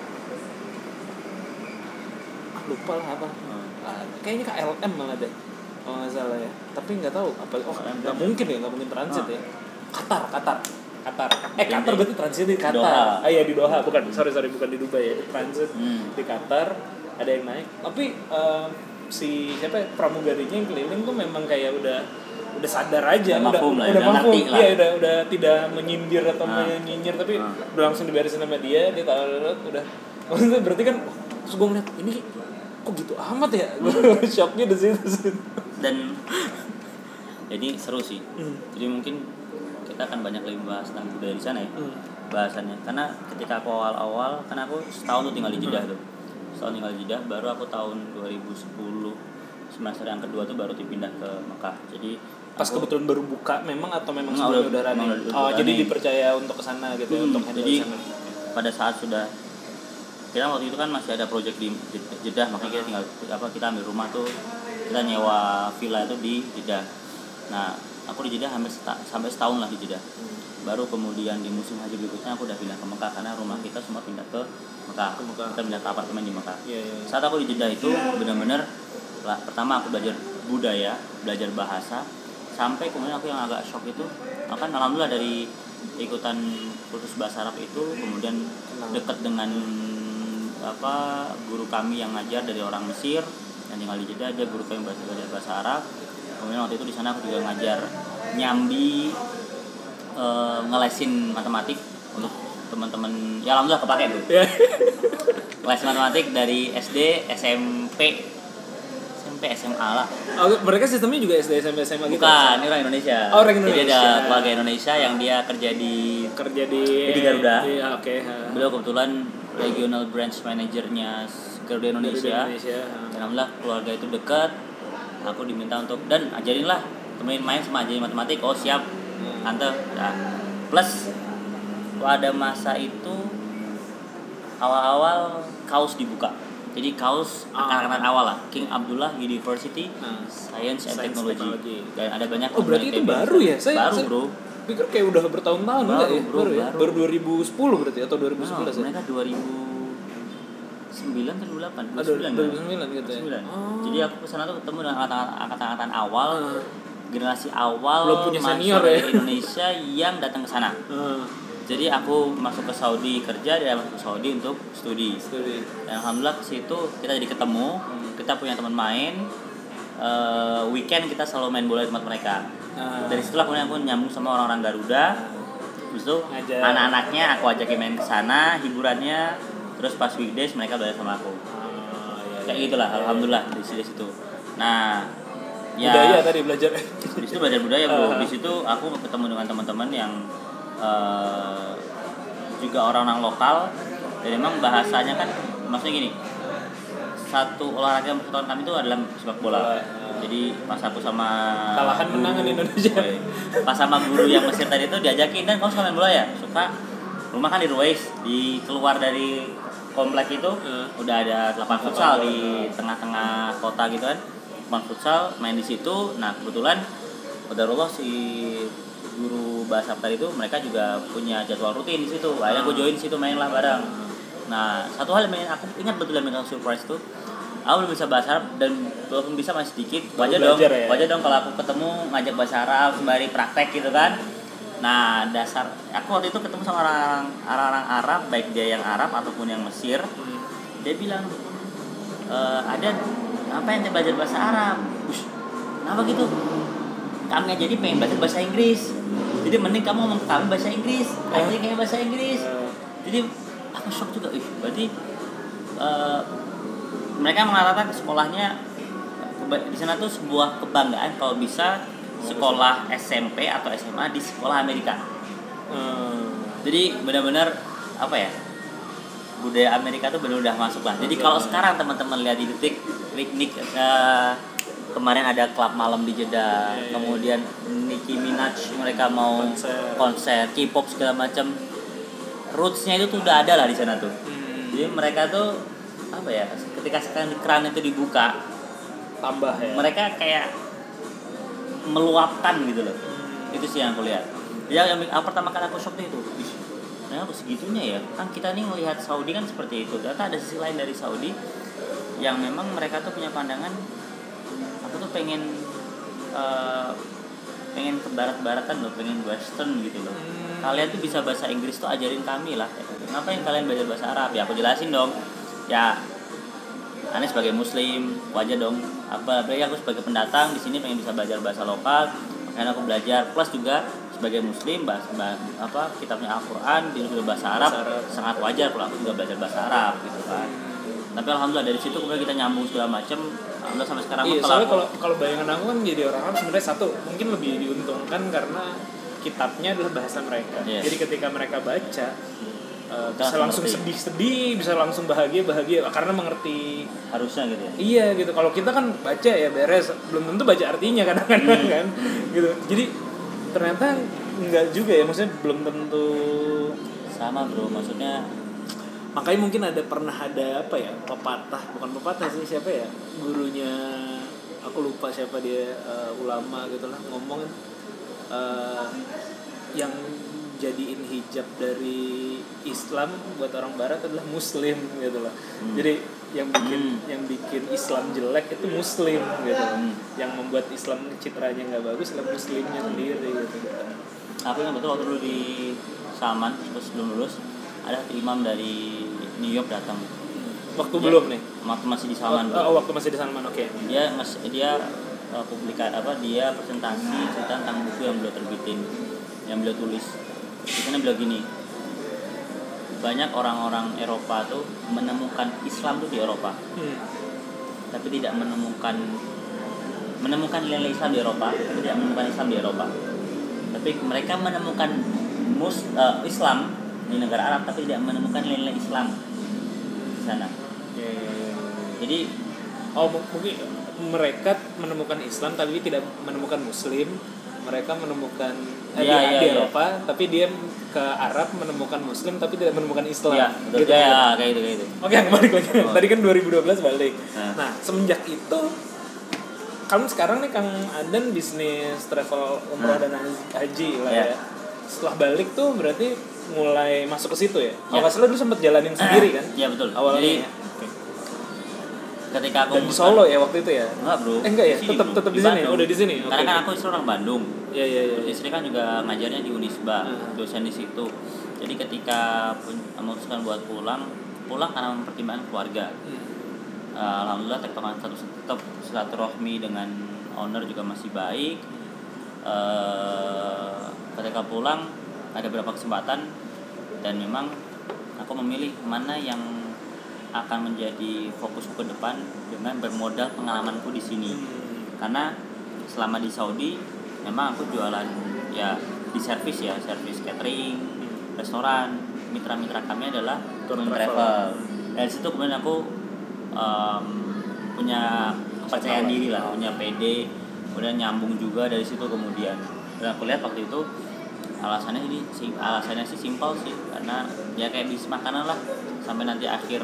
lupa lah apa. Kayaknya KLM malah deh kalau nggak salah ya, tapi nggak tahu apa. Nggak mungkin transit ya. Qatar Qatar berarti transit di Qatar. Iya di Doha, bukan bukan di Dubai ya, transit di Qatar. Ada yang naik, tapi si siapa pramugarinya yang keliling tuh memang kayak udah sadar aja, udah mafhum, udah tidak menyindir atau menyinyir, tapi udah langsung diberesin sama dia tahu udah. Maksudnya berarti kan terus gue ngeliat ini kok gitu amat ya, gue shocknya di situ. Dan jadi seru sih. Jadi mungkin kita akan banyak lebih bahas tentang budaya di sana ya. Bahasannya. Karena ketika aku awal-awal, kan aku setahun tuh tinggal di Jeddah tuh. Setahun tinggal di Jeddah, baru aku tahun 2010 semester yang kedua tuh baru dipindah ke Mekah. Jadi pas kebetulan baru buka memang atau memang Memang sebelumnya udah running? Jadi running. dipercaya untuk kesana gitu ya, untuk handle Jadi sana. pada saat sudah kita waktu itu kan masih ada project di Jeddah, makanya kita tinggal kita ambil rumah tuh, kita nyewa villa itu di Jeddah. Nah aku di Jeddah sampai setahun lah di Jeddah. Baru kemudian di musim haji berikutnya aku udah pindah ke Mekah karena rumah kita semua pindah ke Mekah. Kita pindah ke apartemen di Mekah. Saat aku di Jeddah itu benar-benar pertama aku belajar budaya, belajar bahasa, sampai kemudian aku yang agak shock itu, kan alhamdulillah dari ikutan kursus bahasa Arab itu kemudian dekat dengan guru kami yang ngajar dari orang Mesir yang tinggal di Jeddah, dia guru kami belajar bahasa Arab. Kemudian waktu itu di sana aku juga ngajar nyambi, ngelesin matematik untuk teman-teman, ya alhamdulillah kepake tuh. Les matematik dari SD, SMP, SMA lah. Oh, mereka sistemnya juga SD, SMP, SMA gitu? Bukan, ini orang Indonesia. Oh, orang Indonesia. Jadi ada keluarga Indonesia yang dia kerja di Garuda. Oke. Beliau kebetulan regional branch manajernya Garuda Indonesia. Dan alhamdulillah keluarga itu dekat. Aku diminta untuk dan ajarinlah, temenin main sama ajarin matematik. Oh siap, tante. Ya. Plus pada masa itu awal-awal kaos dibuka. Jadi kaos angkatan awal lah, King Abdullah University Science and Technology. Dan ada banyak. Oh berarti itu baru ya? Baru bro. Pikir kayak udah bertahun-tahun enggak ya? Baru ya? Baru 2010 berarti atau 2011 ya? Mereka 2009 atau 2008? 2009 gitu ya? Jadi aku kesana tuh ketemu dengan angkatan awal, generasi awal belum punya senior ya? Indonesia yang datang ke sana. Jadi aku masuk ke Saudi kerja, dia masuk ke Saudi untuk studi. Dan alhamdulillah ke situ kita jadi ketemu, kita punya teman main. Weekend kita selalu main bola di tempat mereka. Dari situlah kemudian aku nyambung sama orang-orang Garuda. Terus tuh anak-anaknya aku ajakin main ke sana, hiburannya. Terus pas weekdays mereka belajar sama aku. Kayak gitulah, alhamdulillah di situ. Nah, budaya tadi belajar. Di situ belajar budaya bro. Di situ aku ketemu dengan teman-teman yang juga orang-orang lokal, dan memang bahasanya kan maksudnya gini, satu olahraga yang persatuan kami itu adalah sepak bola. Jadi pas aku sama kalahan menangan Indonesia, pas sama guru yang Mesir tadi itu diajakin, dan kamu suka main bola ya? Suka. Rumah kan di Ruwais, di keluar dari komplek itu udah ada lapangan futsal di tengah-tengah kota gitu kan, lapangan futsal, main di situ. Nah kebetulan qadarullah si guru bahasa Arab tadi itu mereka juga punya jadwal rutin di situ. Akhirnya gue join di situ, main lah bareng. Nah satu hal yang aku ingat betul yang megang surprise tuh, aku belum bisa bahasa Arab, dan walaupun bisa masih sedikit. Wajar dong kalau aku ketemu ngajak bahasa Arab sembari praktek gitu kan. Nah dasar aku waktu itu ketemu sama orang-orang Arab, baik dia yang Arab ataupun yang Mesir. Dia bilang ada apa yang belajar bahasa Arab? Kenapa gitu? Kami aja jadi pengen belajar bahasa Inggris. Jadi mending kamu ngomong ke kami bahasa Inggris, aja kayak bahasa Inggris. Jadi aku shock juga, berarti mereka mengatakan sekolahnya di sana tuh sebuah kebanggaan kalau bisa sekolah SMP atau SMA di sekolah Amerika. Jadi benar-benar apa ya, budaya Amerika tuh benar udah masuk lah. Jadi kalau sekarang teman-teman lihat di detik piknik, kemarin ada klub malam di Jeddah, kemudian Nicki Minaj mereka mau konser K-pop segala macam, rootsnya itu tuh udah ada lah di sana tuh. Jadi mereka tuh apa ya, ketika sekarang keran itu dibuka, tambah ya, mereka kayak meluapkan gitu loh. Itu sih yang aku lihat. Yang pertama kali aku shock itu, ternyata segitunya ya. Kan kita nih melihat Saudi kan seperti itu, ternyata ada sisi lain dari Saudi yang memang mereka tuh punya pandangan, aku tuh pengen ke barat-baratan loh, pengen western gitu loh. Kalian tuh bisa bahasa Inggris tuh ajarin kami lah. Kenapa yang kalian belajar bahasa Arab? Ya aku jelasin dong. Ya, Ane sebagai Muslim wajar dong. Berarti aku sebagai pendatang di sini pengen bisa belajar bahasa lokal, makanya aku belajar. Plus juga sebagai Muslim kitabnya Al-Quran di bahasa Arab sangat wajar kalau aku juga belajar bahasa Arab gitu kan. Tapi alhamdulillah dari situ kemudian kita nyambung segala macam. alhamdulillah sampai sekarang Iya, kalau soalnya kalau bayangan aku kan jadi orang Arab sebenarnya satu mungkin lebih diuntungkan karena kitabnya adalah bahasa mereka. Yes. Jadi ketika mereka baca bisa langsung langsung ngerti. sedih-sedih, bisa langsung bahagia karena mengerti. harusnya gitu ya. Iya gitu. Kalau kita kan baca ya beres, belum tentu baca artinya kadang-kadang kan. Gitu. Jadi ternyata enggak juga ya, maksudnya belum tentu Sama bro, maksudnya makanya mungkin pernah ada apa ya, bukan pepatah sih, siapa ya gurunya, aku lupa siapa dia, ulama gitulah, ngomong yang jadiin hijab dari Islam buat orang Barat adalah Muslim gitu loh. Jadi yang bikin Islam jelek itu Muslim gitu loh. Yang membuat Islam citranya nggak bagus adalah Muslimnya sendiri gitu. aku ingat betul waktu dulu di Salman terus belum lulus ada imam dari New York datang. Waktu belum nih? Waktu masih di Salman. Waktu masih di Salman, oke. Dia dia presentasi cerita tentang buku yang beliau terbitin, yang beliau tulis. Di sana beliau gini, banyak orang-orang Eropa tuh menemukan Islam tuh di Eropa, tapi tidak menemukan nilai Islam di Eropa, tapi tidak menemukan Islam di Eropa. Tapi mereka menemukan Islam di negara Arab, tapi tidak menemukan nilai Islam di sana. Jadi mungkin mereka menemukan Islam tapi tidak menemukan Muslim. Mereka menemukan di Eropa, tapi dia ke Arab menemukan Muslim tapi tidak menemukan Islam. Iya, gitu. Kayak gitu. Oke, balik lagi. Tadi kan 2012 balik. Nah, semenjak itu kan sekarang nih Kang Adan bisnis travel umroh dan haji lah ya. Setelah balik tuh berarti mulai masuk ke situ ya. Kalau nggak salah dulu sempat jalanin sendiri kan? Iya betul. Awalnya. Jadi ketika aku dan di Solo ya waktu itu ya? Enggak bro. Enggak ya? Tetap di sini. Udah di sini. Karena kan aku istri orang Bandung. Iya. Istri kan juga ngajarnya di Unisba, dosen di situ. Jadi ketika memutuskan buat pulang karena mempertimbangkan keluarga. Alhamdulillah tektokan tetap silaturahmi dengan owner juga masih baik. Ketika pulang ada beberapa kesempatan dan memang aku memilih mana yang akan menjadi fokusku ke depan dengan bermodal pengalamanku di sini. Karena selama di Saudi memang aku jualan ya di servis catering, restoran. Mitra-mitra kami adalah tour travel. Dari situ kemudian aku punya kepercayaan diri lah, punya PD, kemudian nyambung juga dari situ kemudian. Dan aku lihat waktu itu alasannya sih simpel sih, karena ya kayak bisnis makanan lah, sampai nanti akhir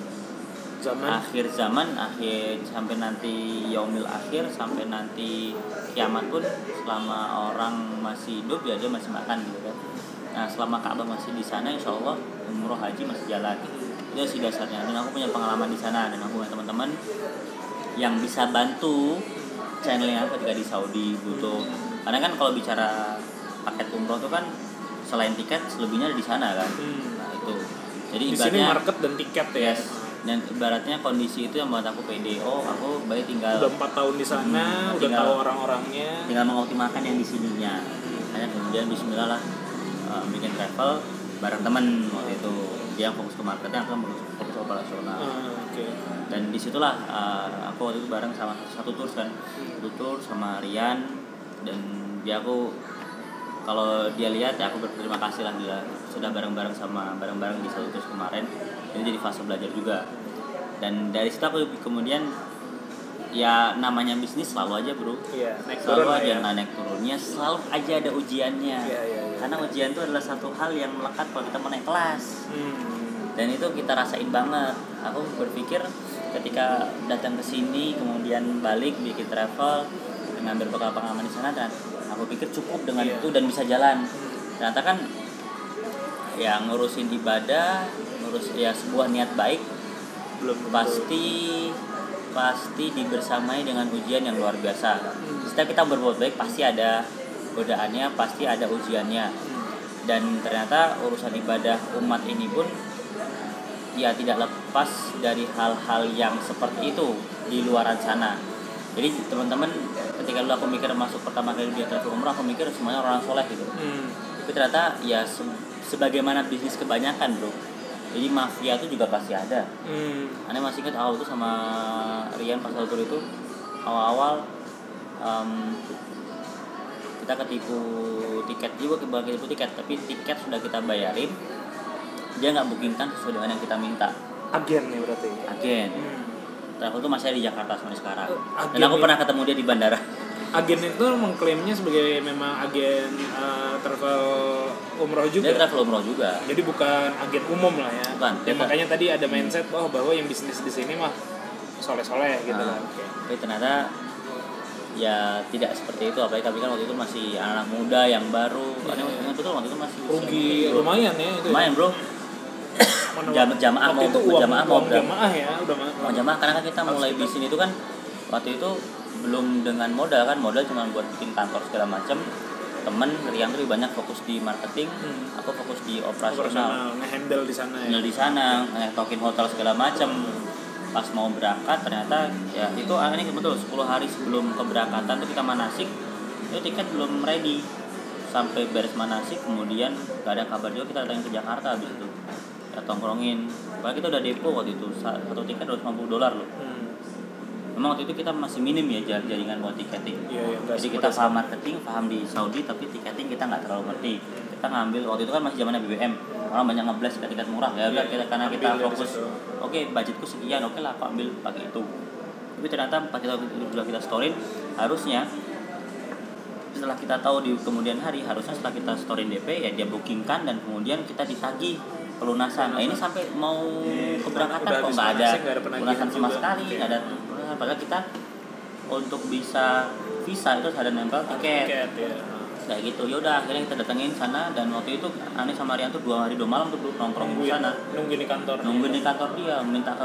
zaman sampai nanti yaumil akhir, sampai nanti kiamat pun selama orang masih hidup ya dia masih makan gitu kan. Nah selama Ka'bah masih di sana, insya Allah umroh haji masih jalan. Itu sih dasarnya. Dan aku punya pengalaman di sana, dan aku punya teman-teman yang bisa bantu channeling aku ketika di Saudi butuh. Karena kan kalau bicara paket umroh itu kan selain tiket selebihnya ada di sana kan. Nah itu. Jadi di sini market dan tiket ya. Yes. Dan ibaratnya kondisi itu yang buat aku pede. Aku baik tinggal udah 4 tahun di sana, udah tahu orang-orangnya. Tinggal mengoptimalkan yang di sininya. Hanya kemudian bismillah lah bikin travel bareng teman waktu itu. Dia fokus ke marketing, aku fokus ke operasional. Dan disitulah aku waktu itu bareng sama satu tour kan, tour sama Rian, dan dia kalau dia lihat ya aku berterima kasih lah dia sudah bareng-bareng di satu tour kemarin. Ini jadi fase belajar juga. Dan dari situ aku kemudian ya namanya bisnis selalu aja bro, selalu aja naik turunnya, selalu aja ada ujiannya. Karena ujian itu adalah satu hal yang melekat kalau kita mau naik kelas. Dan itu kita rasain banget. Aku berpikir ketika datang ke sini kemudian balik bikin travel dengan berbekal pengalaman di sana, dan aku pikir cukup dengan itu dan bisa jalan. Ternyata kan ya ngurusin ibadah, ya sebuah niat baik belum pasti dibersamai dengan ujian yang luar biasa. Setiap kita berbuat baik pasti ada godaannya, pasti ada ujiannya. Dan ternyata urusan ibadah umat ini pun ya tidak lepas dari hal-hal yang seperti itu di luaran sana. Jadi teman-teman, ketika dulu aku mikir masuk pertama kali di travel umrah, aku mikir semuanya orang soleh gitu. Tapi ternyata ya sebagaimana bisnis kebanyakan bro, Jadi mafia itu juga pasti ada. Anda masih ingat awal itu sama Rian pas tur itu awal-awal kita ketipu tiket juga, ketipu tiket, tapi tiket sudah kita bayarin, dia nggak bookingkan sesuai dengan yang kita minta. Agen nih berarti. Agen. Travel itu masih ada di Jakarta sampai sekarang. Agen Dan aku pernah ketemu dia di bandara. Agen itu mengklaimnya sebagai memang agen travel umroh juga. Dia travel umroh juga. Jadi bukan agen umum lah ya. Bukan. Ya makanya tadi ada mindset bahwa yang bisnis di sini mah soleh-soleh gitu kan. Tapi ternyata ya tidak seperti itu, apalagi kami kan waktu itu masih anak muda yang baru. Betul waktu itu masih rugi lumayan ya itu. Lumayan, Bro. Jamaah mau itu uang jamaah ya, udah jamaah karena kan kita mulai bisnis itu kan waktu itu belum dengan modal cuma buat bikin kantor segala macam. Temen Rian tuh banyak fokus di marketing, aku fokus di operasional, nge-handle di sana ya. Di sana, ngetokin hotel segala macam. Pas mau berangkat ternyata ya itu ini betul 10 hari sebelum keberangkatan tuh kita manasik, itu tiket belum ready. Sampai beres manasik kemudian gak ada kabar juga, kita datang ke Jakarta habis itu. Ya tongkrongin. Padahal kita udah depo waktu itu, satu tiket $250 loh. Memang waktu itu kita masih minim ya jaringan buat tiketing. Jadi kita paham marketing, paham di Saudi, tapi tiketing kita nggak terlalu ngerti. Kita ngambil waktu itu kan masih zamannya BBM, orang banyak ngeblast tiket murah ya. Udah karena kita fokus, oke, budgetku sekian, oke lah aku ambil pakai itu. Tapi ternyata pas kita storyin, harusnya setelah kita tahu di kemudian hari, harusnya setelah kita storyin DP ya dia bookingkan dan kemudian kita ditagih pelunasan. Nah ini sampai mau keberangkatan kok nggak ada pelunasan sama sekali, nggak ada. Padahal kita untuk bisa visa itu harus ada nempel tiket ya. Kayak gitu. Ya udah akhirnya kita datengin sana dan waktu itu Ani sama Rian tuh 2 hari 2 malam tuh nongkrong di sana. Nungguin di kantor dia, minta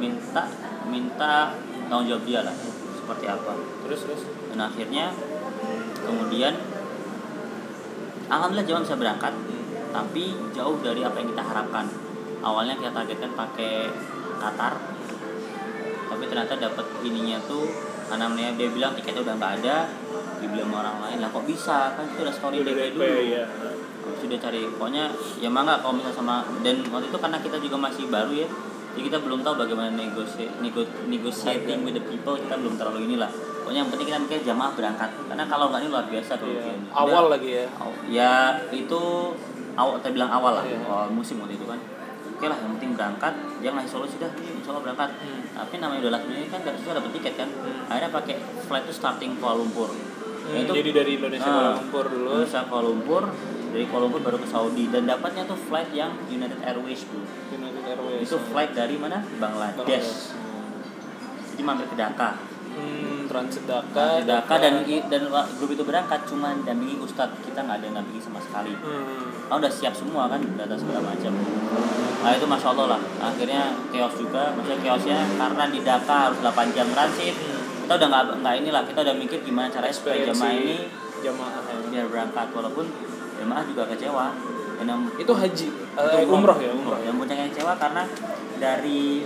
tanggung jawab dia lah seperti apa. Terus dan akhirnya kemudian alhamdulillah Jawa bisa berangkat, tapi jauh dari apa yang kita harapkan. Awalnya kita targetkan pakai Qatar, tapi ternyata dapat ininya tuh karena dia bilang tiketnya udah nggak ada, dibilang orang lain lah kok bisa, kan itu udah story DP dulu ya. Sudah cari, pokoknya ya mangga kalau misalnya sama, dan waktu itu karena kita juga masih baru ya, jadi kita belum tahu bagaimana negotiating with the people, kita belum terlalu inilah. Pokoknya yang penting kita mikir jamaah berangkat, karena kalau nggak ini luar biasa tuh. Awal lagi ya. Ya itu awal, kita bilang awal lah, awal musim waktu itu kan. Oke lah, yang penting berangkat, dia ngasih solusi dah, insya Allah berangkat. Tapi namanya udah last minute kan, dari situ dapat tiket kan. Akhirnya pakai flight itu starting Kuala Lumpur. Jadi dari Indonesia Kuala Lumpur dulu. Indonesia Kuala Lumpur, dari Kuala Lumpur baru ke Saudi, dan dapatnya tuh flight yang United Airways tuh. United Airways. Itu flight dari mana? Bangladesh. Jadi mampir ke Dhaka. Transit Dhaka dan grup itu berangkat cuma dampingi Ustadz, kita nggak ada yang dampingi sama sekali. Udah siap semua kan, data segala macam. Nah itu masya Allah lah, akhirnya chaos juga, maksudnya chaosnya karena di Dhaka harus 8 jam transit. Kita udah nggak inilah, kita udah mikir gimana caranya supaya jamaah biar berangkat, walaupun jamaah juga kecewa. Dan itu haji, umroh ya. Yang punya kecewa karena dari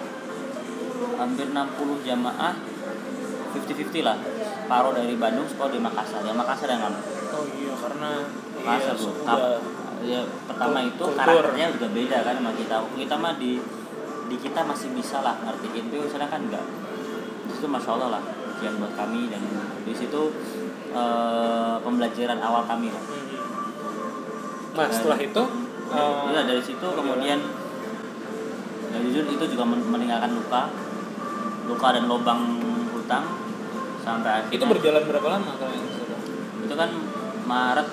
hampir 60 jamaah 50-50 lah, separuh dari Bandung, separuh dari Makassar. Yang Makassar yang ngambil. Oh iya, karena Makassar ya, pertama itu karakternya juga beda kan sama kita. Kita mah di kita masih bisa lah ngertiin, tapi sana kan enggak. Di situ masya Allah lah ujian buat kami, dan di situ pembelajaran awal kami lah. Nah setelah itu dari situ kemudian ya jujur itu juga meninggalkan luka dan lubang hutang sampai akhirnya. Itu berjalan berapa lama kalian? Itu kan Maret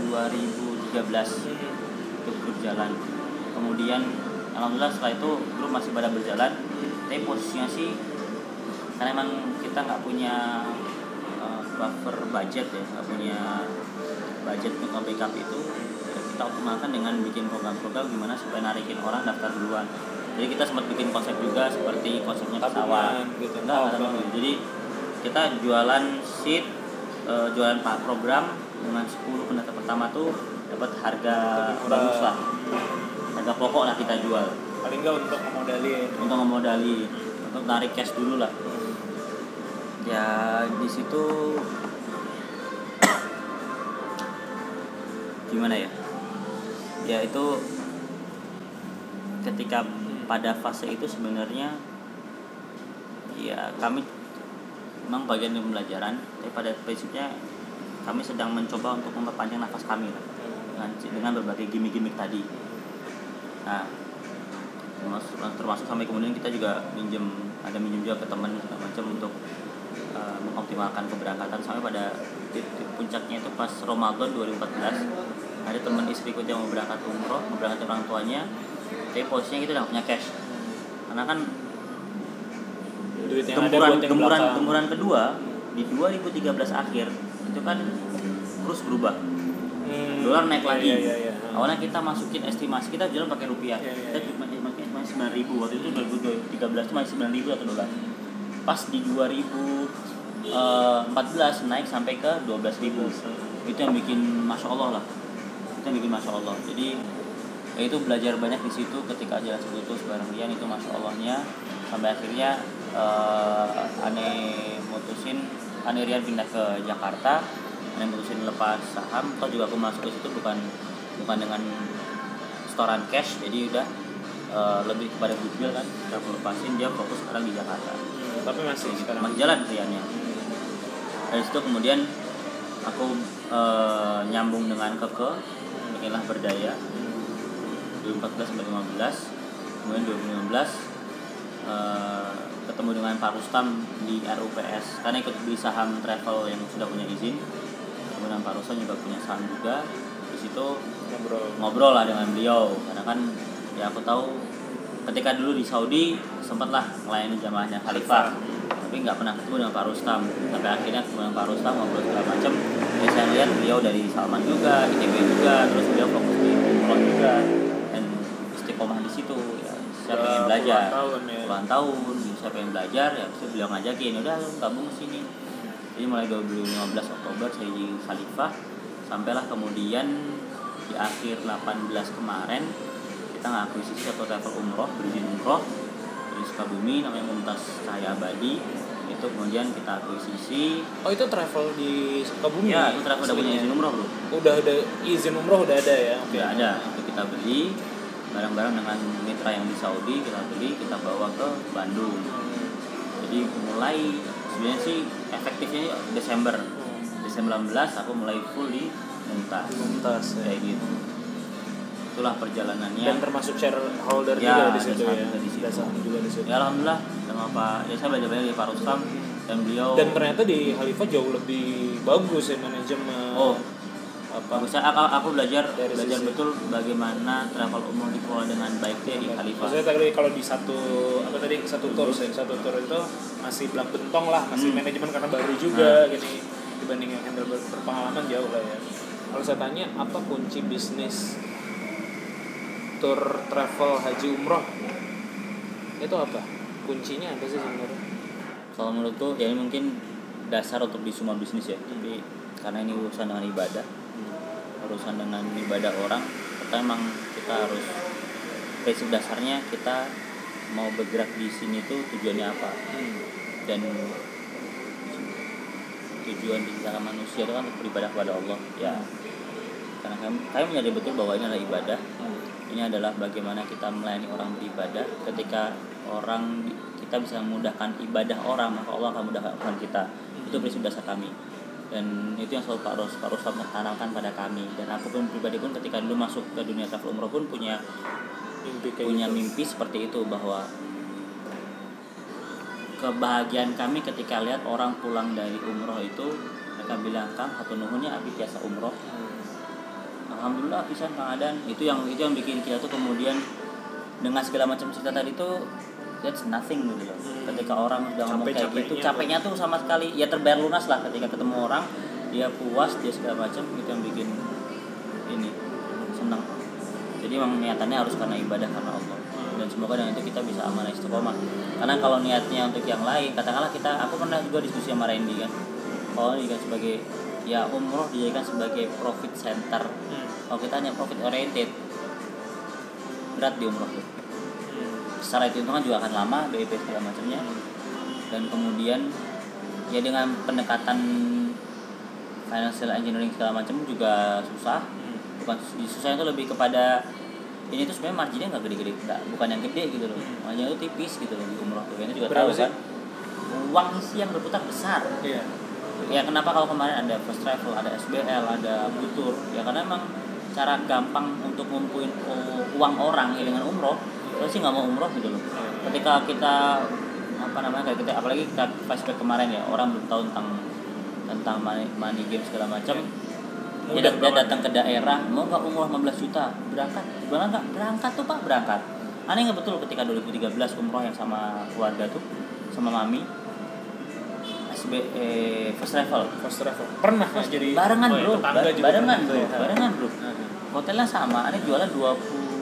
2013 itu berjalan. Kemudian alhamdulillah setelah itu grup masih pada berjalan, tapi posisinya sih karena emang kita nggak punya buffer budget ya, nggak punya budget untuk backup itu, kita optimalkan dengan bikin program-program gimana supaya narikin orang daftar duluan. Jadi kita sempat bikin konsep juga seperti konsepnya pesawat gitu. Jadi kita jualan seat, jualan program dengan 10 pendaftar pertama tuh dapat harga bagus lah, harga pokok lah kita jual. Paling nggak untuk ngemodali, untuk tarik cash dulu lah. Ya di situ gimana ya? Ya itu ketika pada fase itu sebenarnya ya kami memang bagian dari pembelajaran, tapi pada prinsipnya kami sedang mencoba untuk memperpanjang nafas kami lah, dengan berbagai gimmick-gimmick tadi. Nah, termasuk sampai kemudian kita juga minjem juga ke teman segala macam untuk mengoptimalkan keberangkatan, sampai pada titik puncaknya itu pas Ramadan 2014 ada teman istriku yang mau berangkat umroh, mau berangkat orang tuanya, tapi posisinya kita udah punya cash karena kan gemburan kedua di 2013 akhir itu kan terus berubah. Dolar naik lagi. Awalnya kita masukin estimasi, kita jalan pakai rupiah. Kita cuma estimasi 9.000 waktu itu 2013 itu masih 9.000 atau dolar. Pas di 2014 naik sampai ke 12.000. Itu yang bikin masya Allah lah. Jadi ya itu belajar banyak di situ ketika jalan Sekutus bareng Rian, itu masya Allahnya sampai akhirnya Ane Rian pindah ke Jakarta, Ane mutusin lepas saham, atau juga aku masuk ke situ bukan dengan setoran cash, jadi udah lebih kepada goodwill kan, udah aku lepasin, dia fokus sekarang di Jakarta. Tapi masih jalan Riannya. Dari situ kemudian aku nyambung dengan Keke, bikinlah Berdaya 2014 sampai 2015, kemudian 2015 ketemu dengan Pak Rustam di RUPS karena ikut beli saham travel yang sudah punya izin. Kemudian Pak Rustam juga punya saham juga. Di situ ngobrol lah dengan beliau karena kan ya aku tahu ketika dulu di Saudi sempatlah melayani jamaahnya Khalifah, tapi nggak pernah ketemu dengan Pak Rustam. Sampai akhirnya ketemu dengan Pak Rustam ngobrol segala macam. Ya saya lihat beliau dari Salman juga, ITB juga, terus beliau fokus di umroh juga dan istiqomah di situ. Ya, saya pengen belajar. Puluhan tahun, saya pengen belajar, ya terus beliau ngajakin, udah gabung ke sini. Jadi mulai 2015 Oktober saya di Khalifah, sampailah kemudian di akhir 18 kemarin kita ngakuisisi atau travel umroh, berizin umroh di Sukabumi namanya Mumtaz Cahaya Abadi. Itu kemudian kita akuisisi. Oh, itu travel di Sukabumi? Ya, itu travel udah punya izin umroh bro. Udah izin umroh udah ada ya? Udah ada, itu kita beli barang-barang dengan mitra yang di Saudi, kita bawa ke Bandung. Jadi mulai sebenarnya sih efektifnya Desember 19 aku mulai full di Mumtaz kayak gitu. Itulah perjalanannya. Dan termasuk shareholder ya, juga di situ ya. Juga di situ. Ya alhamdulillah sama Pak. Ya saya belajar dari Pak Rustam dan beliau. Dan ternyata di Khalifah jauh lebih bagus ya manajemen. Oh. Aku belajar betul bagaimana travel umum dikelola dengan baiknya di Khalifah. Maksudnya tadi kalau di satu tour itu masih belang bentong lah, masih manajemen karena baru juga gini dibanding yang handle berpengalaman jauh lah ya. Kalau saya tanya apa kunci bisnis tour travel haji umroh itu apa? Kuncinya apa sih sebenarnya? Kalau menurutku ya ini mungkin dasar untuk di semua bisnis ya. Tapi karena ini urusan dengan ibadah. Urusan dengan ibadah orang, pertama memang kita harus prinsip dasarnya kita mau bergerak di sini tuh tujuannya apa, dan tujuan di dalam manusia itu kan beribadah kepada Allah ya. Karena kami menyadari betul bahwa ini adalah ibadah, ini adalah bagaimana kita melayani orang beribadah. Ketika kita bisa memudahkan ibadah orang, maka Allah akan mudahkan kita. Itu prinsip dasar kami. Dan itu yang selalu Pak Rustam tanamkan pada kami. Dan aku pun pribadi pun ketika dulu masuk ke dunia travel umroh pun punya mimpi seperti itu, bahwa kebahagiaan kami ketika lihat orang pulang dari umroh itu mereka bilang, Kang hatur nuhunnya abi tiasa umroh. Alhamdulillah pisan Kang Adan. Itu yang bikin kita tuh kemudian dengan segala macam cerita tadi tuh that's nothing gitu loh. Ketika orang sudah ngomong kayak gitu, capeknya tuh sama sekali ya terbayar lunas lah ketika ketemu orang dia puas, dia segala macam, itu yang bikin ini senang. Jadi memang niatannya harus karena ibadah karena Allah. Dan semoga dengan itu kita bisa amanah istiqomah. Karena kalau niatnya untuk yang lain, katakanlah aku pernah juga diskusi sama Randy kan. Kalau dijadikan sebagai ya umroh dijadikan sebagai profit center. Kalau kita hanya profit oriented, berat di umroh tuh. Secara hitungan juga akan lama, BIP segala macamnya, dan kemudian ya dengan pendekatan financial engineering segala macam juga susah. Bukan susahnya itu lebih kepada ini tuh sebenarnya marginnya nggak gede-gede, bukan yang gede gitu loh, marginnya tuh tipis gitu loh di umroh tuh. Ini juga Berapa tahu sih? kan, uang isi yang berputar besar. Iya. Ya kenapa kalau kemarin ada first travel, ada SBL, ada Butur, ya karena emang cara gampang untuk ngumpulin uang orang ya dengan umroh. Terus sih nggak mau umroh gitu loh. Ketika kita kayak kita, apalagi kita flashback kemarin ya, orang belum tahu tentang money game segala macam. Dia datang ke daerah, mau nggak umroh 15 juta, berangkat tuh Pak, berangkat. Aneh nggak betul ketika 2013 umroh yang sama keluarga tuh, sama mami, first travel Pernah Mas jadi barengan bro, barengan bro. Ya. Hotelnya sama, aneh jualan 22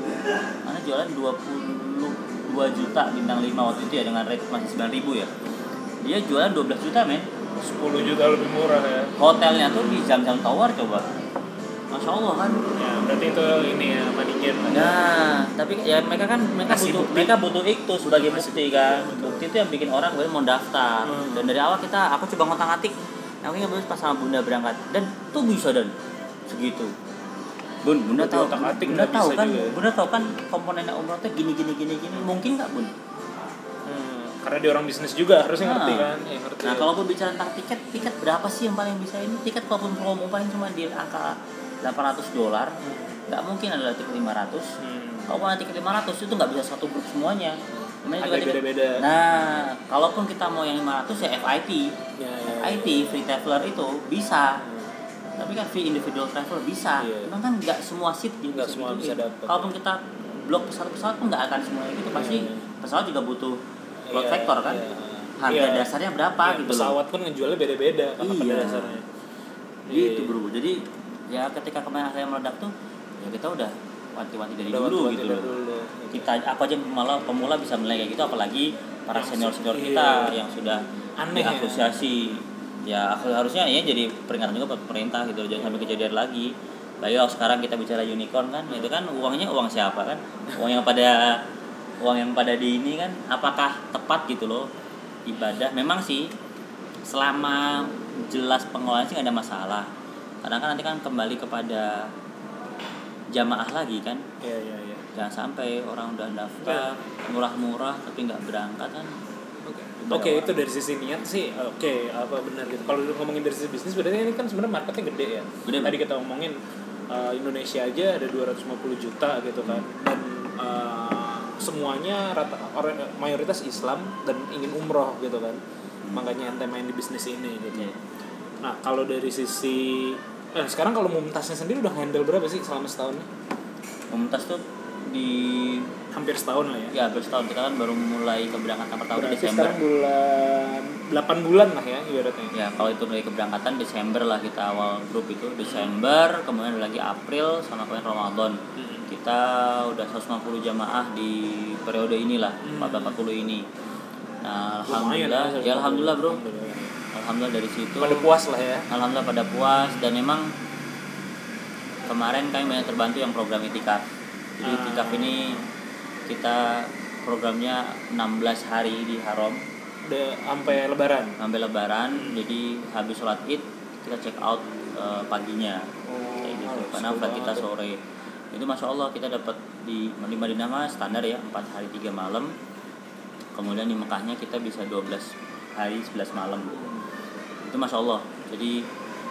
juta bintang 5 waktu itu ya, dengan rate masih 9.000 ya. Dia jualan 12 juta men. 10 juta lebih murah ya. Hotelnya tuh di Zam-Zam Tower coba. Masya Allah kan. Ya, berarti itu ini ya money game. Nah, tapi ya mereka butuh itu sebagai bukti kan. Bukti itu yang bikin orang mau daftar. Dan dari awal aku coba ngotak-atik. Aku ingat pas sama Bunda berangkat dan tuh bisa dan segitu. Bunda tahu kan komponennya umroh tuh gini. Mungkin nggak Bun? Karena dia orang bisnis juga harusnya ngerti kan. Ya, ngerti. Nah, kalau bicara tentang tiket berapa sih yang paling bisa ini? Tiket kalaupun promo paling cuma di angka $800, nggak mungkin ada tiket 500. Kalau mau tiket 500 itu nggak bisa satu grup semuanya. Ada beda-beda. Nah, kalaupun kita mau yang 500 ya FIT. FIT free traveler itu bisa. Tapi kan free individual traveler bisa. Cuman kan nggak semua seat nggak semua bisa dapat. Kalaupun kita blok pesawat pun nggak akan semuanya gitu. Pasti pesawat juga butuh load factor kan. Harga dasarnya berapa gitu loh. Pesawat pun ngejualnya beda-beda pada dasarnya. Gitu bro. Jadi ya ketika kemarin saya meledak tuh, ya kita udah wanti-wanti dari dulu gitu loh. Aku aja pemula bisa menilai kayak gitu, apalagi para senior kita yang sudah aneh asosiasi. Ya harusnya ya jadi peringatan juga buat pemerintah gitu, jangan sampai kejadian lagi. Baik, sekarang kita bicara unicorn kan, itu kan uangnya uang siapa kan? Uang yang pada di ini kan, apakah tepat gitu loh? Ibadah memang sih selama jelas pengelolaan sih nggak ada masalah. Karena kan nanti kan kembali kepada jamaah lagi kan. Iya. Jangan sampai orang udah daftar murah-murah tapi nggak berangkat kan. Oke, itu dari sisi niat sih. Apa benar gitu. Kalau ngomongin dari sisi bisnis, berarti ini kan sebenarnya marketnya gede ya. Tadi kita ngomongin Indonesia aja ada 250 juta gitu kan. Dan semuanya mayoritas Islam dan ingin umroh gitu kan. Makanya ente main di bisnis ini gitu. Nah, kalau dari sisi sekarang kalau Mumtaznya sendiri udah handle berapa sih selama setahun? Mumtaz tuh di hampir setahun lah ya. Ya, hampir setahun. Kita kan baru mulai keberangkatan pertama Desember. Desember. Sekarang 8 bulan lah ya ibaratnya. Ya, kalau itu dari keberangkatan Desember lah kita awal grup itu. Desember, kemudian ada lagi April sama kemudian Ramadan. Kita udah 150 jamaah di periode inilah, 40 ini. Nah, alhamdulillah bro. Alhamdulillah dari situ pada puas lah ya. Alhamdulillah pada puas, dan memang kemarin kami banyak terbantu yang program itikaf. Jadi itikaf ini kita programnya 16 hari di Haram. Sampai lebaran. Jadi habis sholat Id kita check out paginya. Kayak gitu. Karena flight kita sore. Itu Masya Allah kita dapat di Madinah mah standar ya 4 hari 3 malam. Kemudian di Mekahnya kita bisa 12 hari 11 malam. Itu Masya Allah. Jadi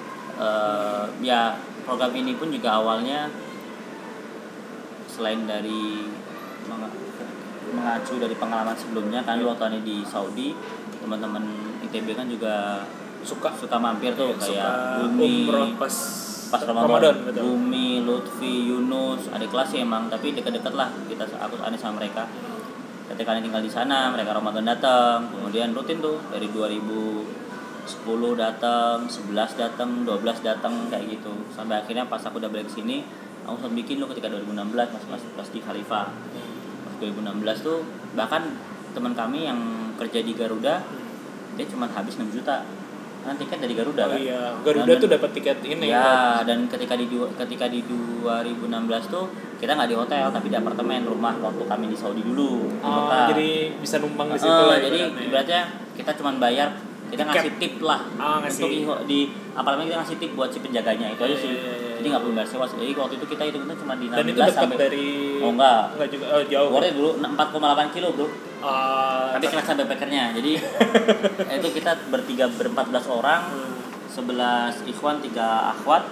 ya program ini pun juga awalnya selain dari mengacu dari pengalaman sebelumnya kan, waktu ini di Saudi teman-teman ITB kan juga suka mampir tuh, kayak Bumi pas Ramadan, Bumi, Lutfi, Yunus, adik kelas sih emang, tapi dekat-dekat lah aku aneh sama mereka. Ketika aneh tinggal di sana, mereka Ramadan datang, kemudian rutin tuh dari 2010 datang, 11 datang, 12 datang kayak gitu. Sampai akhirnya pas aku udah balik sini, aku sempat bikin loh ketika 2016 pas di Khalifah. Pas 2016 tuh bahkan teman kami yang kerja di Garuda, dia cuma habis 6 juta. Kan tiket dari Garuda kan. Iya, Garuda tuh dapat tiket ini. Ya, dan ketika di 2016 tuh kita nggak di hotel tapi di apartemen rumah waktu kami di Saudi dulu. Jadi bisa numpang di situ lah. Jadi ibaratnya kita cuma bayar, kita ngasih tip lah untuk di apartemen, kita ngasih tip buat si penjaganya itu aja sih. Jadi nggak perlu bayar sewa. Jadi waktu itu kita hitung cuma di 16 Dan itu dekat sampai dari enggak juga. Oh, jauh. Keluarnya dulu 4,8 kilo bro. Tapi kelas sampai backpackernya. Jadi itu kita ber-14 orang, 11 ikhwan, 3 akhwat.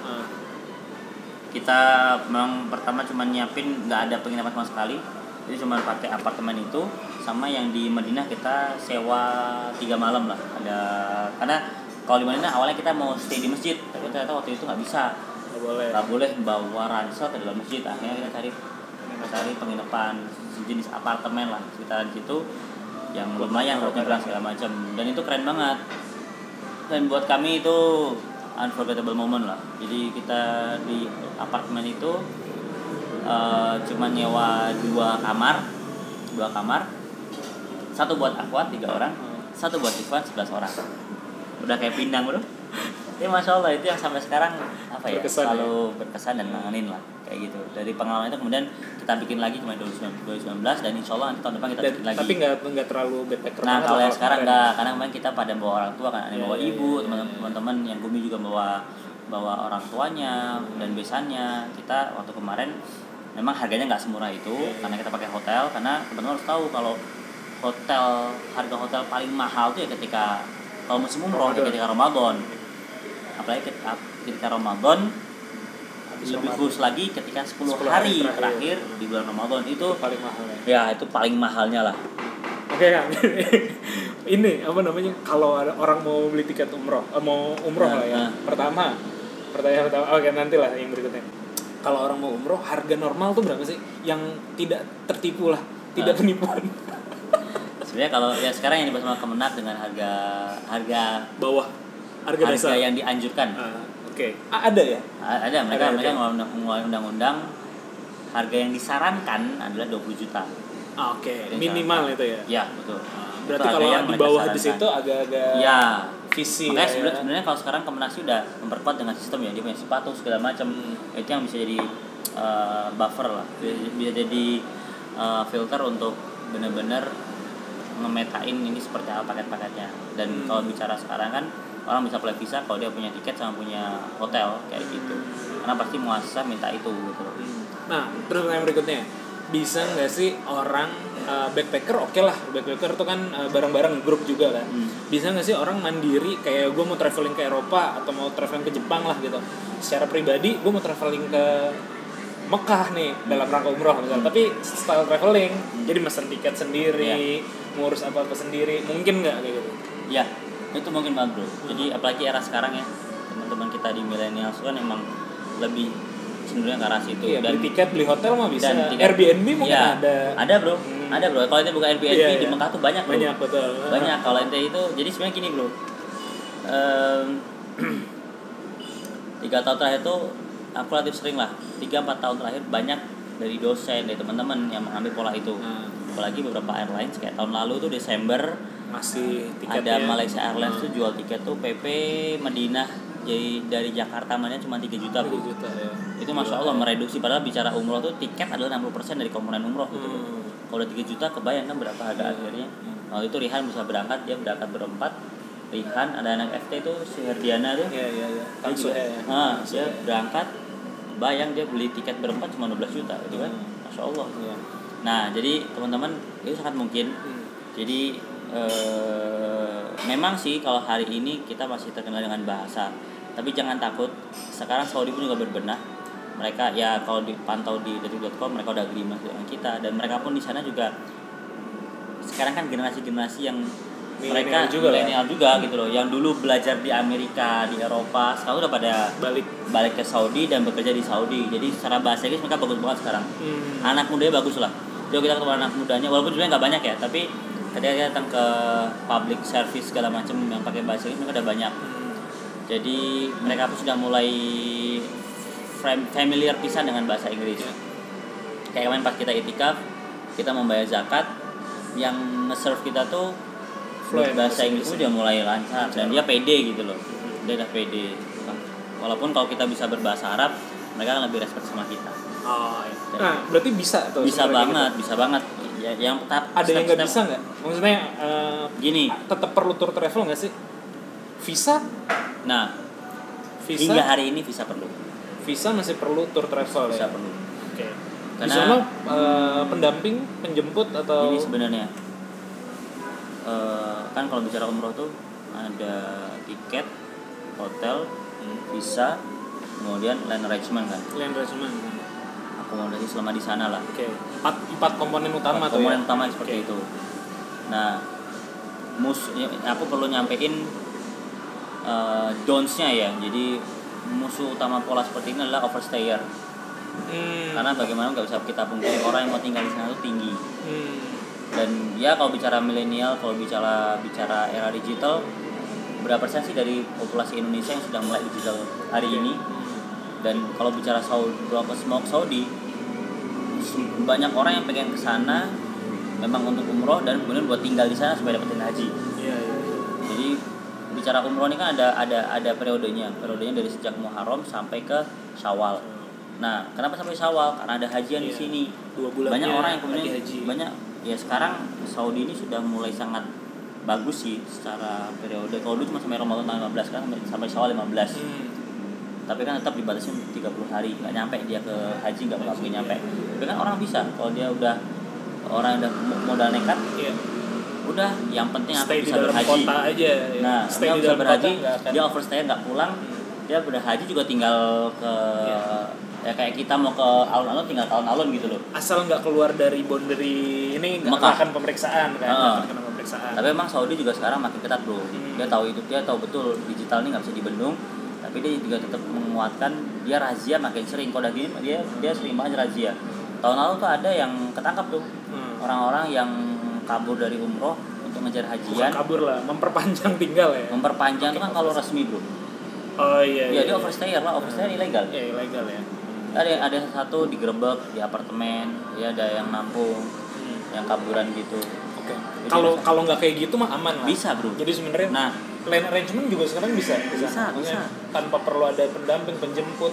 Kita memang pertama cuma nyiapin nggak ada penginapan sama sekali. Jadi cuma pakai apartemen itu, sama yang di Madinah kita sewa 3 malam lah. Karena kalau di Madinah awalnya kita mau stay di masjid, tapi ternyata waktu itu nggak bisa. Nggak boleh bawa ransel ke dalam masjid. Akhirnya kita cari penginapan sejenis apartemen lah sekitaran situ yang lumayan hotel segala macam, dan itu keren banget. Dan buat kami itu unforgettable moment lah. Jadi kita di apartemen itu cuma nyewa 2 kamar, satu buat akhwat 3 orang, satu buat ikhwan 11 orang. Udah kayak pindang bro. Ya masya Allah, itu yang sampai sekarang selalu berkesan dan nanganin lah kayak gitu. Dari pengalaman itu kemudian kita bikin lagi kemarin 2019, dan insya Allah nanti tahun depan kita bikin lagi. Tapi nggak terlalu backpacker. Nah kalau yang sekarang nggak, karena kemarin kita pada bawa orang tua kan, ada bawa ibu, teman-teman yang Gumi juga bawa orang tuanya dan besannya. Kita waktu kemarin memang harganya nggak semurah itu, karena kita pakai hotel. Karena teman-teman harus tahu kalau harga hotel paling mahal tuh ya ketika kalau musim umroh, ketika Ramadan. Apalagi ketika Ramadan, lebih khusus lagi ketika 10 hari terakhir di bulan Ramadan itu paling mahal ya. Itu paling mahalnya lah. Oke kan. Ini apa namanya, kalau ada orang mau beli tiket umroh, lah ya. Pertanyaan pertama, oke nanti lah yang berikutnya. Kalau orang mau umroh, harga normal tuh berapa sih yang tidak tertipu lah, tidak penipuan? Sebenarnya kalau ya sekarang yang dibahas sama Kemenak dengan harga bawah, harga dasar yang dianjurkan. Oke. Ada ya? Ada. Mereka ngeluarin undang-undang, harga yang disarankan adalah 20 juta. Oke. Minimal itu ya? Ya betul. Berarti kalau yang di bawah di situ agak-agak ya visi. Makanya sebenarnya kalau sekarang Kemenak sih udah memperkuat dengan sistem ya, dia punya sepatu segala macam. Itu yang bisa jadi buffer lah, bisa jadi filter untuk benar-benar ngemetain ini seperti apa paket-paketnya. Dan kalau bicara sekarang kan orang bisa apply visa kalau dia punya tiket sama punya hotel kayak gitu, karena pasti muasasah minta itu gitu. Nah terus yang berikutnya, bisa nggak sih orang backpacker, oke lah, backpacker itu kan bareng-bareng grup juga kan. Bisa nggak sih orang mandiri, kayak gue mau traveling ke Eropa atau mau traveling ke Jepang lah gitu, secara pribadi gue mau traveling ke Mekah nih dalam rangka umroh misalnya, tapi style traveling, jadi mesen tiket sendiri, ngurus apa-apa sendiri, mungkin nggak kayak gitu? Ya, itu mungkin banget bro. Jadi apalagi era sekarang ya, teman-teman kita di milenial kan emang lebih cenderung ke arah situ. Iya, dan beli tiket, beli hotel mah bisa. Airbnb mungkin ada bro. Ada bro. Kalau itu bukan Airbnb di Mekah tuh banyak bro. Banyak betul. Banyak. Kalau ente itu, jadi sebenarnya gini bro. 3 tahun terakhir tuh aku relatif sering lah. 3-4 tahun terakhir banyak dari dosen, dari teman-teman yang mengambil pola itu. Apalagi beberapa airlines kayak tahun lalu tuh Desember masih tiketnya. Ada Malaysia Airlines tuh jual tiket tuh PP Madinah dari Jakarta Madinah cuma 3 juta. 3 juta ya. Itu masya Allah mereduksi, padahal bicara umroh tuh tiket adalah 60% dari komponen umroh gitu. Kalau udah 3 juta kebayang kan berapa harga akhirnya. Waktu itu Rihan bisa berangkat, dia berangkat berempat. Rihan, ada anak FT itu si Herdiana tuh. Iya. Dia berangkat, bayang dia beli tiket berempat cuma 12 juta gitu kan. Masya Allah. Nah, jadi teman-teman itu sangat mungkin. Jadi memang sih kalau hari ini kita masih terkenal dengan bahasa, tapi jangan takut. Sekarang Saudi pun juga berbenah. Mereka ya kalau dipantau di detik.com, mereka udah agreement dengan kita, dan mereka pun di sana juga sekarang kan generasi yang mereka milenial juga gitu loh, yang dulu belajar di Amerika, di Eropa, sekarang udah pada balik ke Saudi dan bekerja di Saudi. Jadi secara bahasa Inggris mereka bagus banget sekarang. Anak mudanya bagus lah. Jadi kita ketemu anak mudanya, walaupun sebenarnya nggak banyak ya, tapi ketika kita datang ke public service segala macam yang pakai bahasa Inggris, mereka udah banyak. Jadi mereka pun sudah mulai familiar pisan dengan bahasa Inggris. Kayak kemarin pas kita itikaf, kita membayar zakat, yang nge-serve kita tuh bahasa Inggris udah mulai lancar dan dia pede gitu loh. Dia udah pede. Walaupun kalau kita bisa berbahasa Arab, mereka lebih respect sama kita. Nah, berarti bisa tuh. Bisa banget. Ya, yang ada yang nggak bisa nggak? Maksudnya gini, tetap perlu tour travel nggak sih? Visa? Nah, hingga hari ini visa perlu. visa masih perlu tour travel Bisa ya. perlu. Oke. Di Karena- sana pendamping, penjemput atau Ini sebenarnya kan kalau bicara umroh tuh ada tiket, hotel, visa, kemudian land arrangement kan, land arrangement. akomodasi selama di sana lah. Oke. Empat komponen utama tuh. Komponen ya? utama seperti Oke. itu. Nah, aku perlu nyampein don'ts-nya ya. Jadi musuh utama pola seperti ini adalah overstayer. Karena bagaimana nggak bisa kita pungkiri orang yang mau tinggal di sana itu tinggi. Dan ya kalau bicara milenial, kalau bicara era digital, berapa persen sih dari populasi Indonesia yang sudah mulai digital hari ini? Dan kalau bicara Saudi, banyak orang yang pengen ke sana memang untuk umroh dan kemudian buat tinggal di sana supaya dapetin haji. Iya. Jadi bicara umroh ini kan ada periodenya dari sejak Muharram sampai ke Syawal. Nah, kenapa sampai Syawal? Karena ada hajian di sini. 2 bulannya Banyak orang yang kemudian haji. banyak ya sekarang Saudi ini sudah mulai sangat bagus sih secara periode. Kalau dulu cuma sampai Ramadan tanggal 15 kan sampai Syawal 15. Tapi kan tetap dibatasi 30 hari, nggak nyampe dia ke haji, nggak bakal nyampe. Tapi kan orang bisa kalau dia udah modal nekat, udah yang penting aku stay bisa di dalam berhaji. kota aja. Ya. Nah, stay dia di bisa dalam berhaji, kota, dia overstay nggak pulang, dia berhaji juga tinggal ke ya kayak kita mau ke alun-alun tinggal ke alun-alun gitu loh. Asal nggak keluar dari boundary ini nggak Mekah. akan pemeriksaan kan? Nggak akan kena pemeriksaan. Tapi memang Saudi juga sekarang makin ketat bro. Dia tahu betul digital ini nggak bisa dibendung. Tapi dia juga tetap menguatkan, dia razia makin sering. Kalau udah gini dia sering banget razia. Tahun lalu tuh ada yang ketangkap tuh orang-orang yang kabur dari umroh untuk ngejar hajian. Bukan kabur lah, memperpanjang tinggal ya. Memperpanjang itu kan kalau resmi bro. Oh iya. Iya dia overstayer lah, overstayer ilegal. Iya ilegal ya. Ada satu digerebek di apartemen, ya ada yang nampung, yang kaburan gitu. Oke. Kalau nggak kayak gitu mah aman lah. Bisa bro. Jadi sebenarnya Nah, land arrangement juga sekarang bisa. Bisa. Tanpa perlu ada pendamping, penjemput.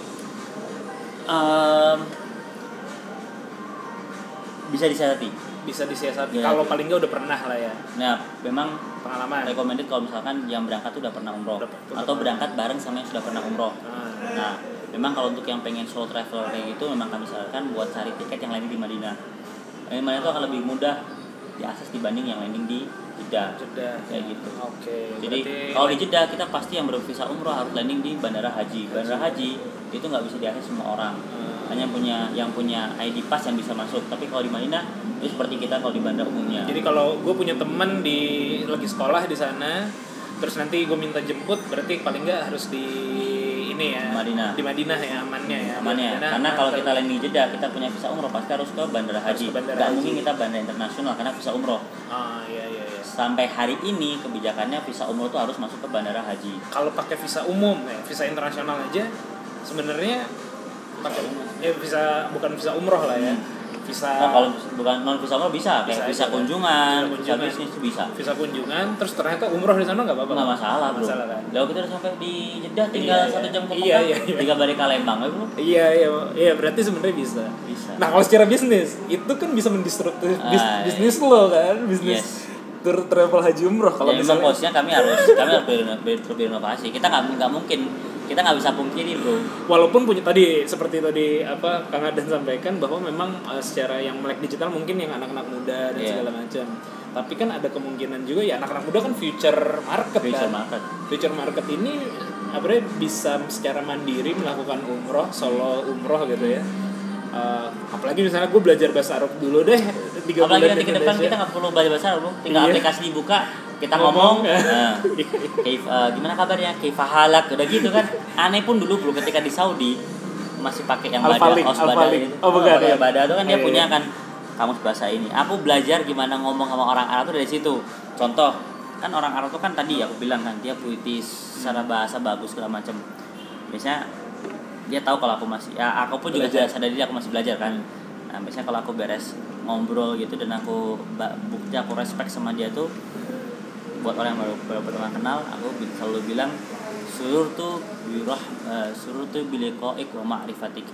Bisa disiasati. Bisa disiasati. Ya, Kalau paling nggak udah pernah lah ya. Nah, memang Pengalaman. recommended kalau misalkan yang berangkat tuh udah pernah umroh atau berangkat bareng sama yang sudah pernah umroh. Nah, memang kalau untuk yang pengen solo traveler kayak gitu memang kami sarankan buat cari tiket yang landing di Madinah. Madinah itu akan lebih mudah diakses dibanding yang landing di Jeddah. Kayak gitu. Oke. Jadi kalau di Jeddah kita pasti yang bervisa umroh harus landing di bandara haji. Bandara haji itu nggak bisa diakses semua orang. Hanya yang punya ID pass yang bisa masuk. Tapi kalau di Madinah itu seperti kita kalau di bandara umumnya. Jadi kalau gue punya teman lagi sekolah di sana, terus nanti gue minta jemput, berarti paling nggak harus di ini ya. Madinah. Di Madinah ya amannya ya. Amannya. Karena kalau kita landing Jeddah kita punya visa umroh pasti harus ke bandara haji. Nggak mungkin kita bandara internasional karena visa umroh. Iya. Sampai hari ini kebijakannya visa umroh itu harus masuk ke bandara haji. Kalau pakai visa umum ya, visa internasional aja sebenarnya pakai visa bukan visa umroh lah ya. Visa kalau bukan non visa umroh bisa kayak visa kunjungan, visa bisnis itu bisa. Visa kunjungan terus ternyata umroh di sana nggak apa-apa. Nggak masalah bro. Kan? Lalu kita udah sampai di Jeddah tinggal 1 jam ke Mekah, tinggal balik ke Lembang ya bro. Iya berarti sebenarnya bisa. Nah kalau secara bisnis itu kan bisa mendisruptif bisnis lo kan, bisnis tour travel haji umroh. Kalau ya, memang posnya kami harus berinovasi. Kita nggak mungkin, kita nggak bisa pungkiri bro. Walaupun punya seperti tadi Kang Adan sampaikan bahwa memang secara yang melek digital mungkin yang anak-anak muda dan segala macam. Tapi kan ada kemungkinan juga ya anak-anak muda kan future market. Future market ini bisa secara mandiri melakukan umroh, solo umroh gitu ya. Apalagi misalnya gue belajar bahasa Arab dulu deh 3 bulan apalagi nanti ke depan kita nggak perlu belajar bahasa Arab, tinggal aplikasi dibuka kita ngomong gimana kabarnya, kaifahalak, udah gitu kan. Aneh pun dulu bro ketika di Saudi masih pakai yang Bada itu. Bada itu kan dia punya kan kamus bahasa ini. Aku belajar gimana ngomong sama orang Arab tuh dari situ. Contoh kan orang Arab tuh kan tadi aku bilang kan dia puitis, secara bahasa bagus segala macam. Biasanya dia tahu kalau aku masih aku pun juga sadar diri aku masih belajar kan. Nah biasanya kalau aku beres ngobrol gitu dan aku bukti aku respect sama dia tuh, buat orang yang baru pertama kenal aku selalu bilang sururtu biliqa'ik wa ma'rifatik.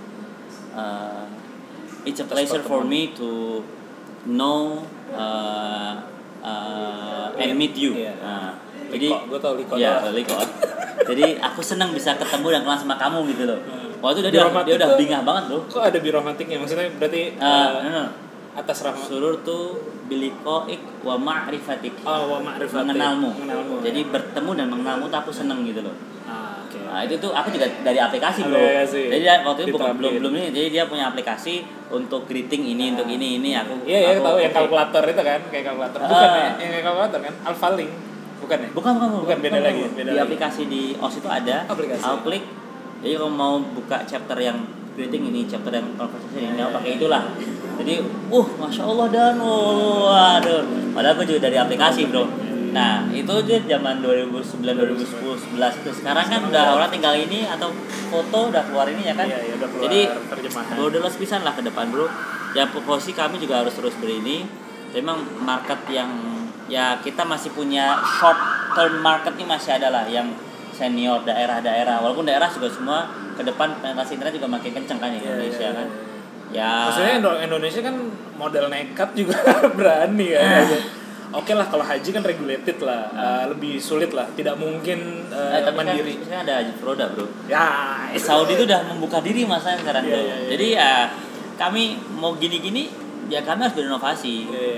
It's a pleasure for me to know and meet you. Jadi gue tahu liqo. Jadi aku senang bisa ketemu dan kenal sama kamu gitu loh. Wah itu dia udah bingah banget bro. Kok ada biromatiknya? Maksudnya berarti atas rahmat. Surur tuh biliqaik wa ma'rifatik. Wa ma'rifatik. Mengenalmu. Jadi bertemu dan mengenalmu tuh aku seneng gitu loh. Okay. Nah itu tuh aku juga dari aplikasi bro. Jadi waktu itu belum ini. Jadi dia punya aplikasi untuk greeting ini, untuk ini aku. Iya tahu yang kalkulator itu kan, kayak kalkulator. Bukan ya? Yang kalkulator kan? Alphalink. Bukan ya? Bukan beda lagi. Di aplikasi di OS itu ada. Aku klik. Jadi kalau mau buka chapter yang greeting ini, chapter yang conversation ini, pakai itulah. Jadi, masya Allah dan waduh. Padahal aku juga dari aplikasi bro. Nah itu aja zaman 2009, 2010, 11 itu. Sekarang kan udah orang tinggal ini atau foto udah keluar ini ya kan. Iya, udah keluar. Jadi terjemahan. borderless pisan lah ke depan bro. Ya posisi kami juga harus terus berini. Memang market yang ya kita masih punya short term market ini masih ada lah yang senior daerah-daerah. Walaupun daerah juga semua ke depan penetrasi internet juga makin kenceng kan Indonesia kan. Ya. Maksudnya Indonesia kan model nekat juga berani ya. Oke lah kalau haji kan regulated lah, lebih sulit lah, tidak mungkin mandiri. Tapi kan ada Haji Froda bro. Ya. Saudi itu udah membuka diri masanya sekarang tuh. Jadi ya kami mau gini-gini ya kami harus berinovasi.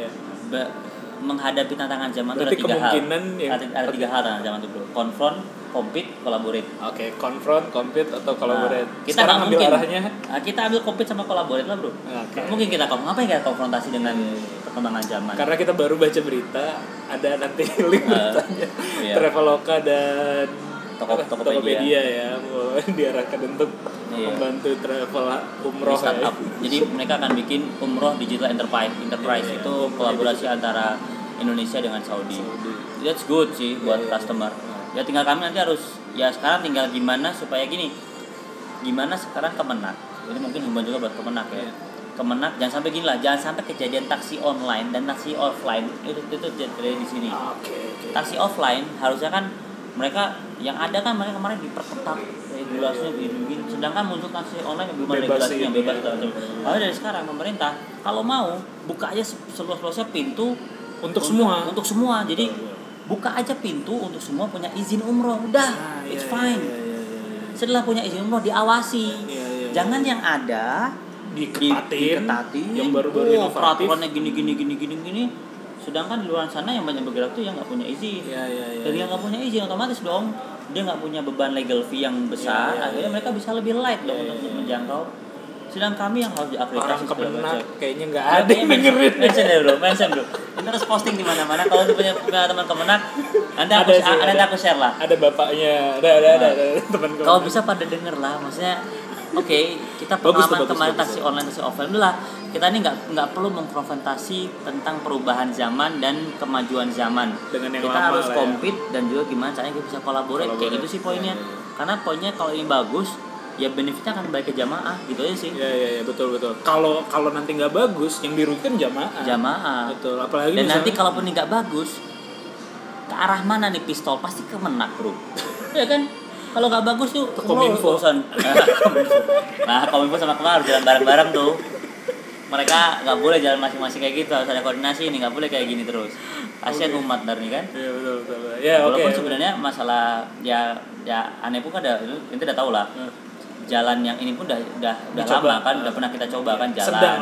Menghadapi tantangan zaman itu ada tiga hal. Ada tiga hal tantangan zaman itu bro. Confront, compete, collaborate. Oke, confront, compete atau collaborate. Kita sekarang ambil arahnya. Kita ambil compete sama collaborate lah bro. Mungkin kita ngapain kita konfrontasi dengan perkembangan zaman. Karena kita baru baca berita, ada nanti link beritanya. Traveloka dan Tokopedia ya, diarahkan untuk membantu travel umroh startup. Jadi mereka akan bikin umroh digital enterprise itu kolaborasi antara Indonesia dengan Saudi. That's good sih buat customer. Ya tinggal kami nanti harus sekarang tinggal gimana supaya gimana sekarang Kemenak. Ini mungkin himbauan juga buat Kemenak ya. Kemenak jangan sampai gini lah, jangan sampai kejadian taksi online dan taksi offline itu terjadi di sini. Taksi offline harusnya kan mereka yang ada kan mereka kemarin diperketat regulasinya begini, sedangkan muncul taksi online yang belum ada regulasi yang bebas macam. Kalau dari sekarang pemerintah kalau mau buka aja seluas-luasnya pintu untuk semua. Jadi buka aja pintu untuk semua punya izin umroh. Udah, it's fine. Setelah punya izin umroh diawasi. Jangan yang ada diketatin yang baru-baru inovatif. Peraturannya gini. Sedangkan di luar sana yang banyak bergerak tuh yang nggak punya izin. Dan yang nggak punya izin otomatis dong dia nggak punya beban legal fee yang besar. Akhirnya mereka bisa lebih light dong untuk menjangkau. Sedang kami yang harus diakreditasi orang Kemenak kayaknya nggak ada yang dengerin. Mention bro. Kita harus posting di mana-mana. Kalau punya teman Kemenak, nanti aku share lah. Ada bapaknya, ada teman Kemenak. Kalau bisa pada denger lah, maksudnya. Oke, kita pengalaman kemarin taksi online, taksi offline dulu lah. Kita ini nggak perlu mengkonfrontasi tentang perubahan zaman dan kemajuan zaman. Dengan yang kita lama harus compete dan juga gimana caranya kita bisa collaborate. Kayak gitu sih poinnya. Karena poinnya kalau ini bagus, ya benefitnya akan balik ke jamaah gitu aja sih. Iya betul. Kalau nanti nggak bagus, yang dirugikan jamaah. Betul. Apalagi dan nanti kalaupun ini nggak bagus, ke arah mana nih pistol pasti Kemenak bro. Ya kan? Kalau nggak bagus tuh Kominfo. Nah Kominfo sama Kemenak harus jalan bareng-bareng tuh. Mereka nggak boleh jalan masing-masing kayak gitu, harus ada koordinasi nih, nggak boleh kayak gini terus. Kasian umat dari nih kan. Iya betul. Ya walaupun sebenarnya masalah ya aneh pun ada, itu udah tahu lah. Jalan yang ini pun udah lama kan, udah pernah kita coba kan jalan. Sedang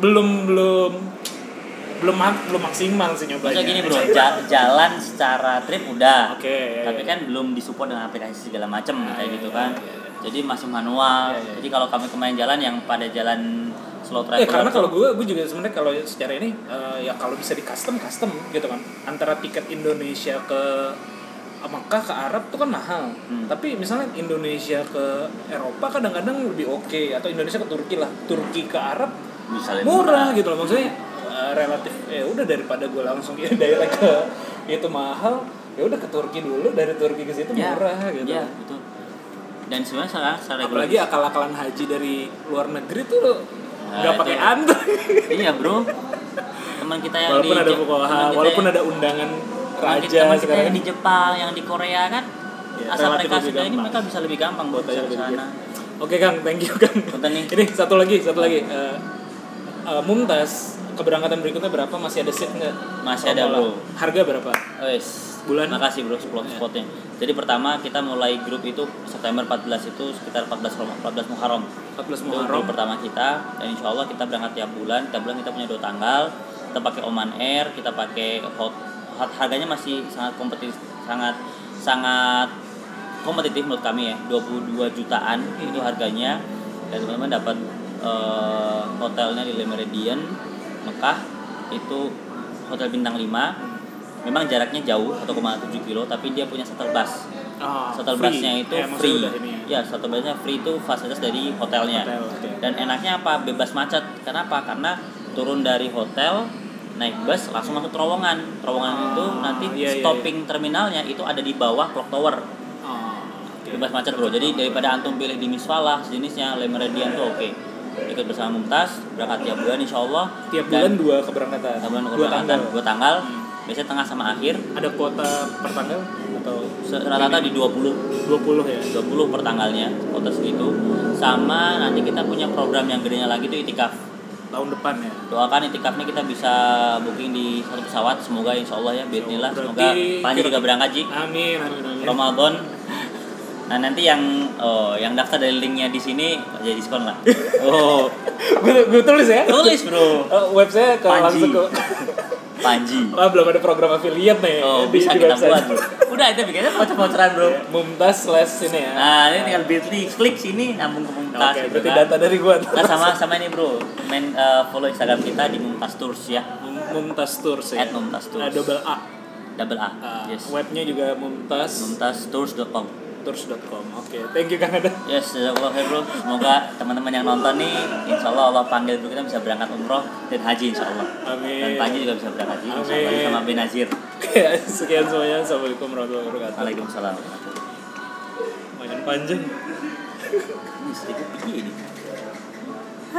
belum maksimal sih nyobanya. Maksudnya gini bro, jalan secara trip udah. Tapi kan belum disupport dengan aplikasi segala macam kayak gitu kan. Jadi masih manual. Jadi kalau kami kemarin jalan yang pada jalan slow travel. Karena kalau gue juga sebenarnya kalau secara ini ya kalau bisa di custom gitu kan. Antara tiket Indonesia ke Makkah ke Arab tuh kan mahal. Tapi misalnya Indonesia ke Eropa kadang-kadang lebih oke, atau Indonesia ke Turki lah. Turki ke Arab murah gitu loh maksudnya. Relatif udah daripada gue langsung direct ke itu mahal, ya udah ke Turki dulu, dari Turki ke situ murah gitu. Iya, betul. Dan sebenarnya secara apalagi akal-akalan haji dari luar negeri tuh nggak pakai antre. Iya bro. Teman kita yang walaupun ada fuqaha, walaupun ada undangan raja sekarang yang di Jepang, yang di Korea kan asal mereka sudah ini mereka bisa lebih gampang buat ke sana. Oke Kang, thank you Kang. Ini satu lagi. Mumtaz keberangkatan berikutnya berapa? Masih ada seat nggak? Masih ada bro. Harga berapa? bulan. Makasih bro spotnya. Jadi pertama kita mulai grup itu September 14 itu sekitar 14 Muharram. 14 Itu Muharram grup pertama kita, dan insya Allah kita berangkat tiap bulan. Tiap bulan kita punya 2 tanggal. Kita pakai Oman Air, kita pakai harganya masih sangat kompetitif, sangat kompetitif menurut kami ya. 22 jutaan itu harganya, dan teman-teman dapat hotelnya di Le Méridien Mekah, itu hotel bintang 5. Memang jaraknya jauh 1,7 kilo, tapi dia punya shuttle bus. Shuttle busnya itu free. Ya, shuttle busnya free, itu fasilitas dari hotelnya. Okay. Dan enaknya apa? Bebas macet. Kenapa? Karena turun dari hotel, naik bus langsung masuk terowongan. Terowongan itu nanti stopping terminalnya itu ada di bawah Clock Tower. Okay. Bebas macet bro. Jadi daripada antum pilih di Misfalah sejenisnya, Le Méridien tuh oke. Ikut bersama Mumtaz, berangkat tiap bulan insya Allah. Tiap bulan 2 keberangkatan. 2 tanggal. Biasanya tengah sama akhir. Ada kuota per tanggal atau rata-rata di 20 ya? 20 per tanggalnya, kuota segitu. Sama nanti kita punya program yang gedenya lagi itu itikaf. Tahun depan ya. Doakan itikafnya kita bisa booking di satu pesawat, semoga insya Allah ya, bismillah. Semoga Panji juga berangkat Ji. Amin. Ramadan. Nah nanti yang daftar dari linknya di sini jadi diskon lah. Gue tulis ya. Tulis bro. Website langsung ke Panji. Belum ada program affiliate nih. Bisa kita buat bro. Udah itu bikinnya voucher-voucheran bro. Mumtaz / ini ya. Nah ini tinggal Bitly, klik sini nyambung ke Mumtaz. Oke, berarti data dari gua. Nah sama ini bro, follow Instagram kita di Mumtaz Tours ya. Mumtaz Tours ya. @Mumtaz Tours. Double A. Yes. Webnya juga mumtaztours.com. Oke, thank you Kang Adam. Yes, jazakallah khair bro. Semoga teman-teman yang nonton nih, insya Allah panggil bro, kita bisa berangkat umroh dan haji insya Allah. Amin. Dan Panji juga bisa berangkat haji insya Allah sama Benazir. Sekian semuanya, assalamualaikum warahmatullahi wabarakatuh. Waalaikumsalam. Lumayan panjang. Ini sedikit begini.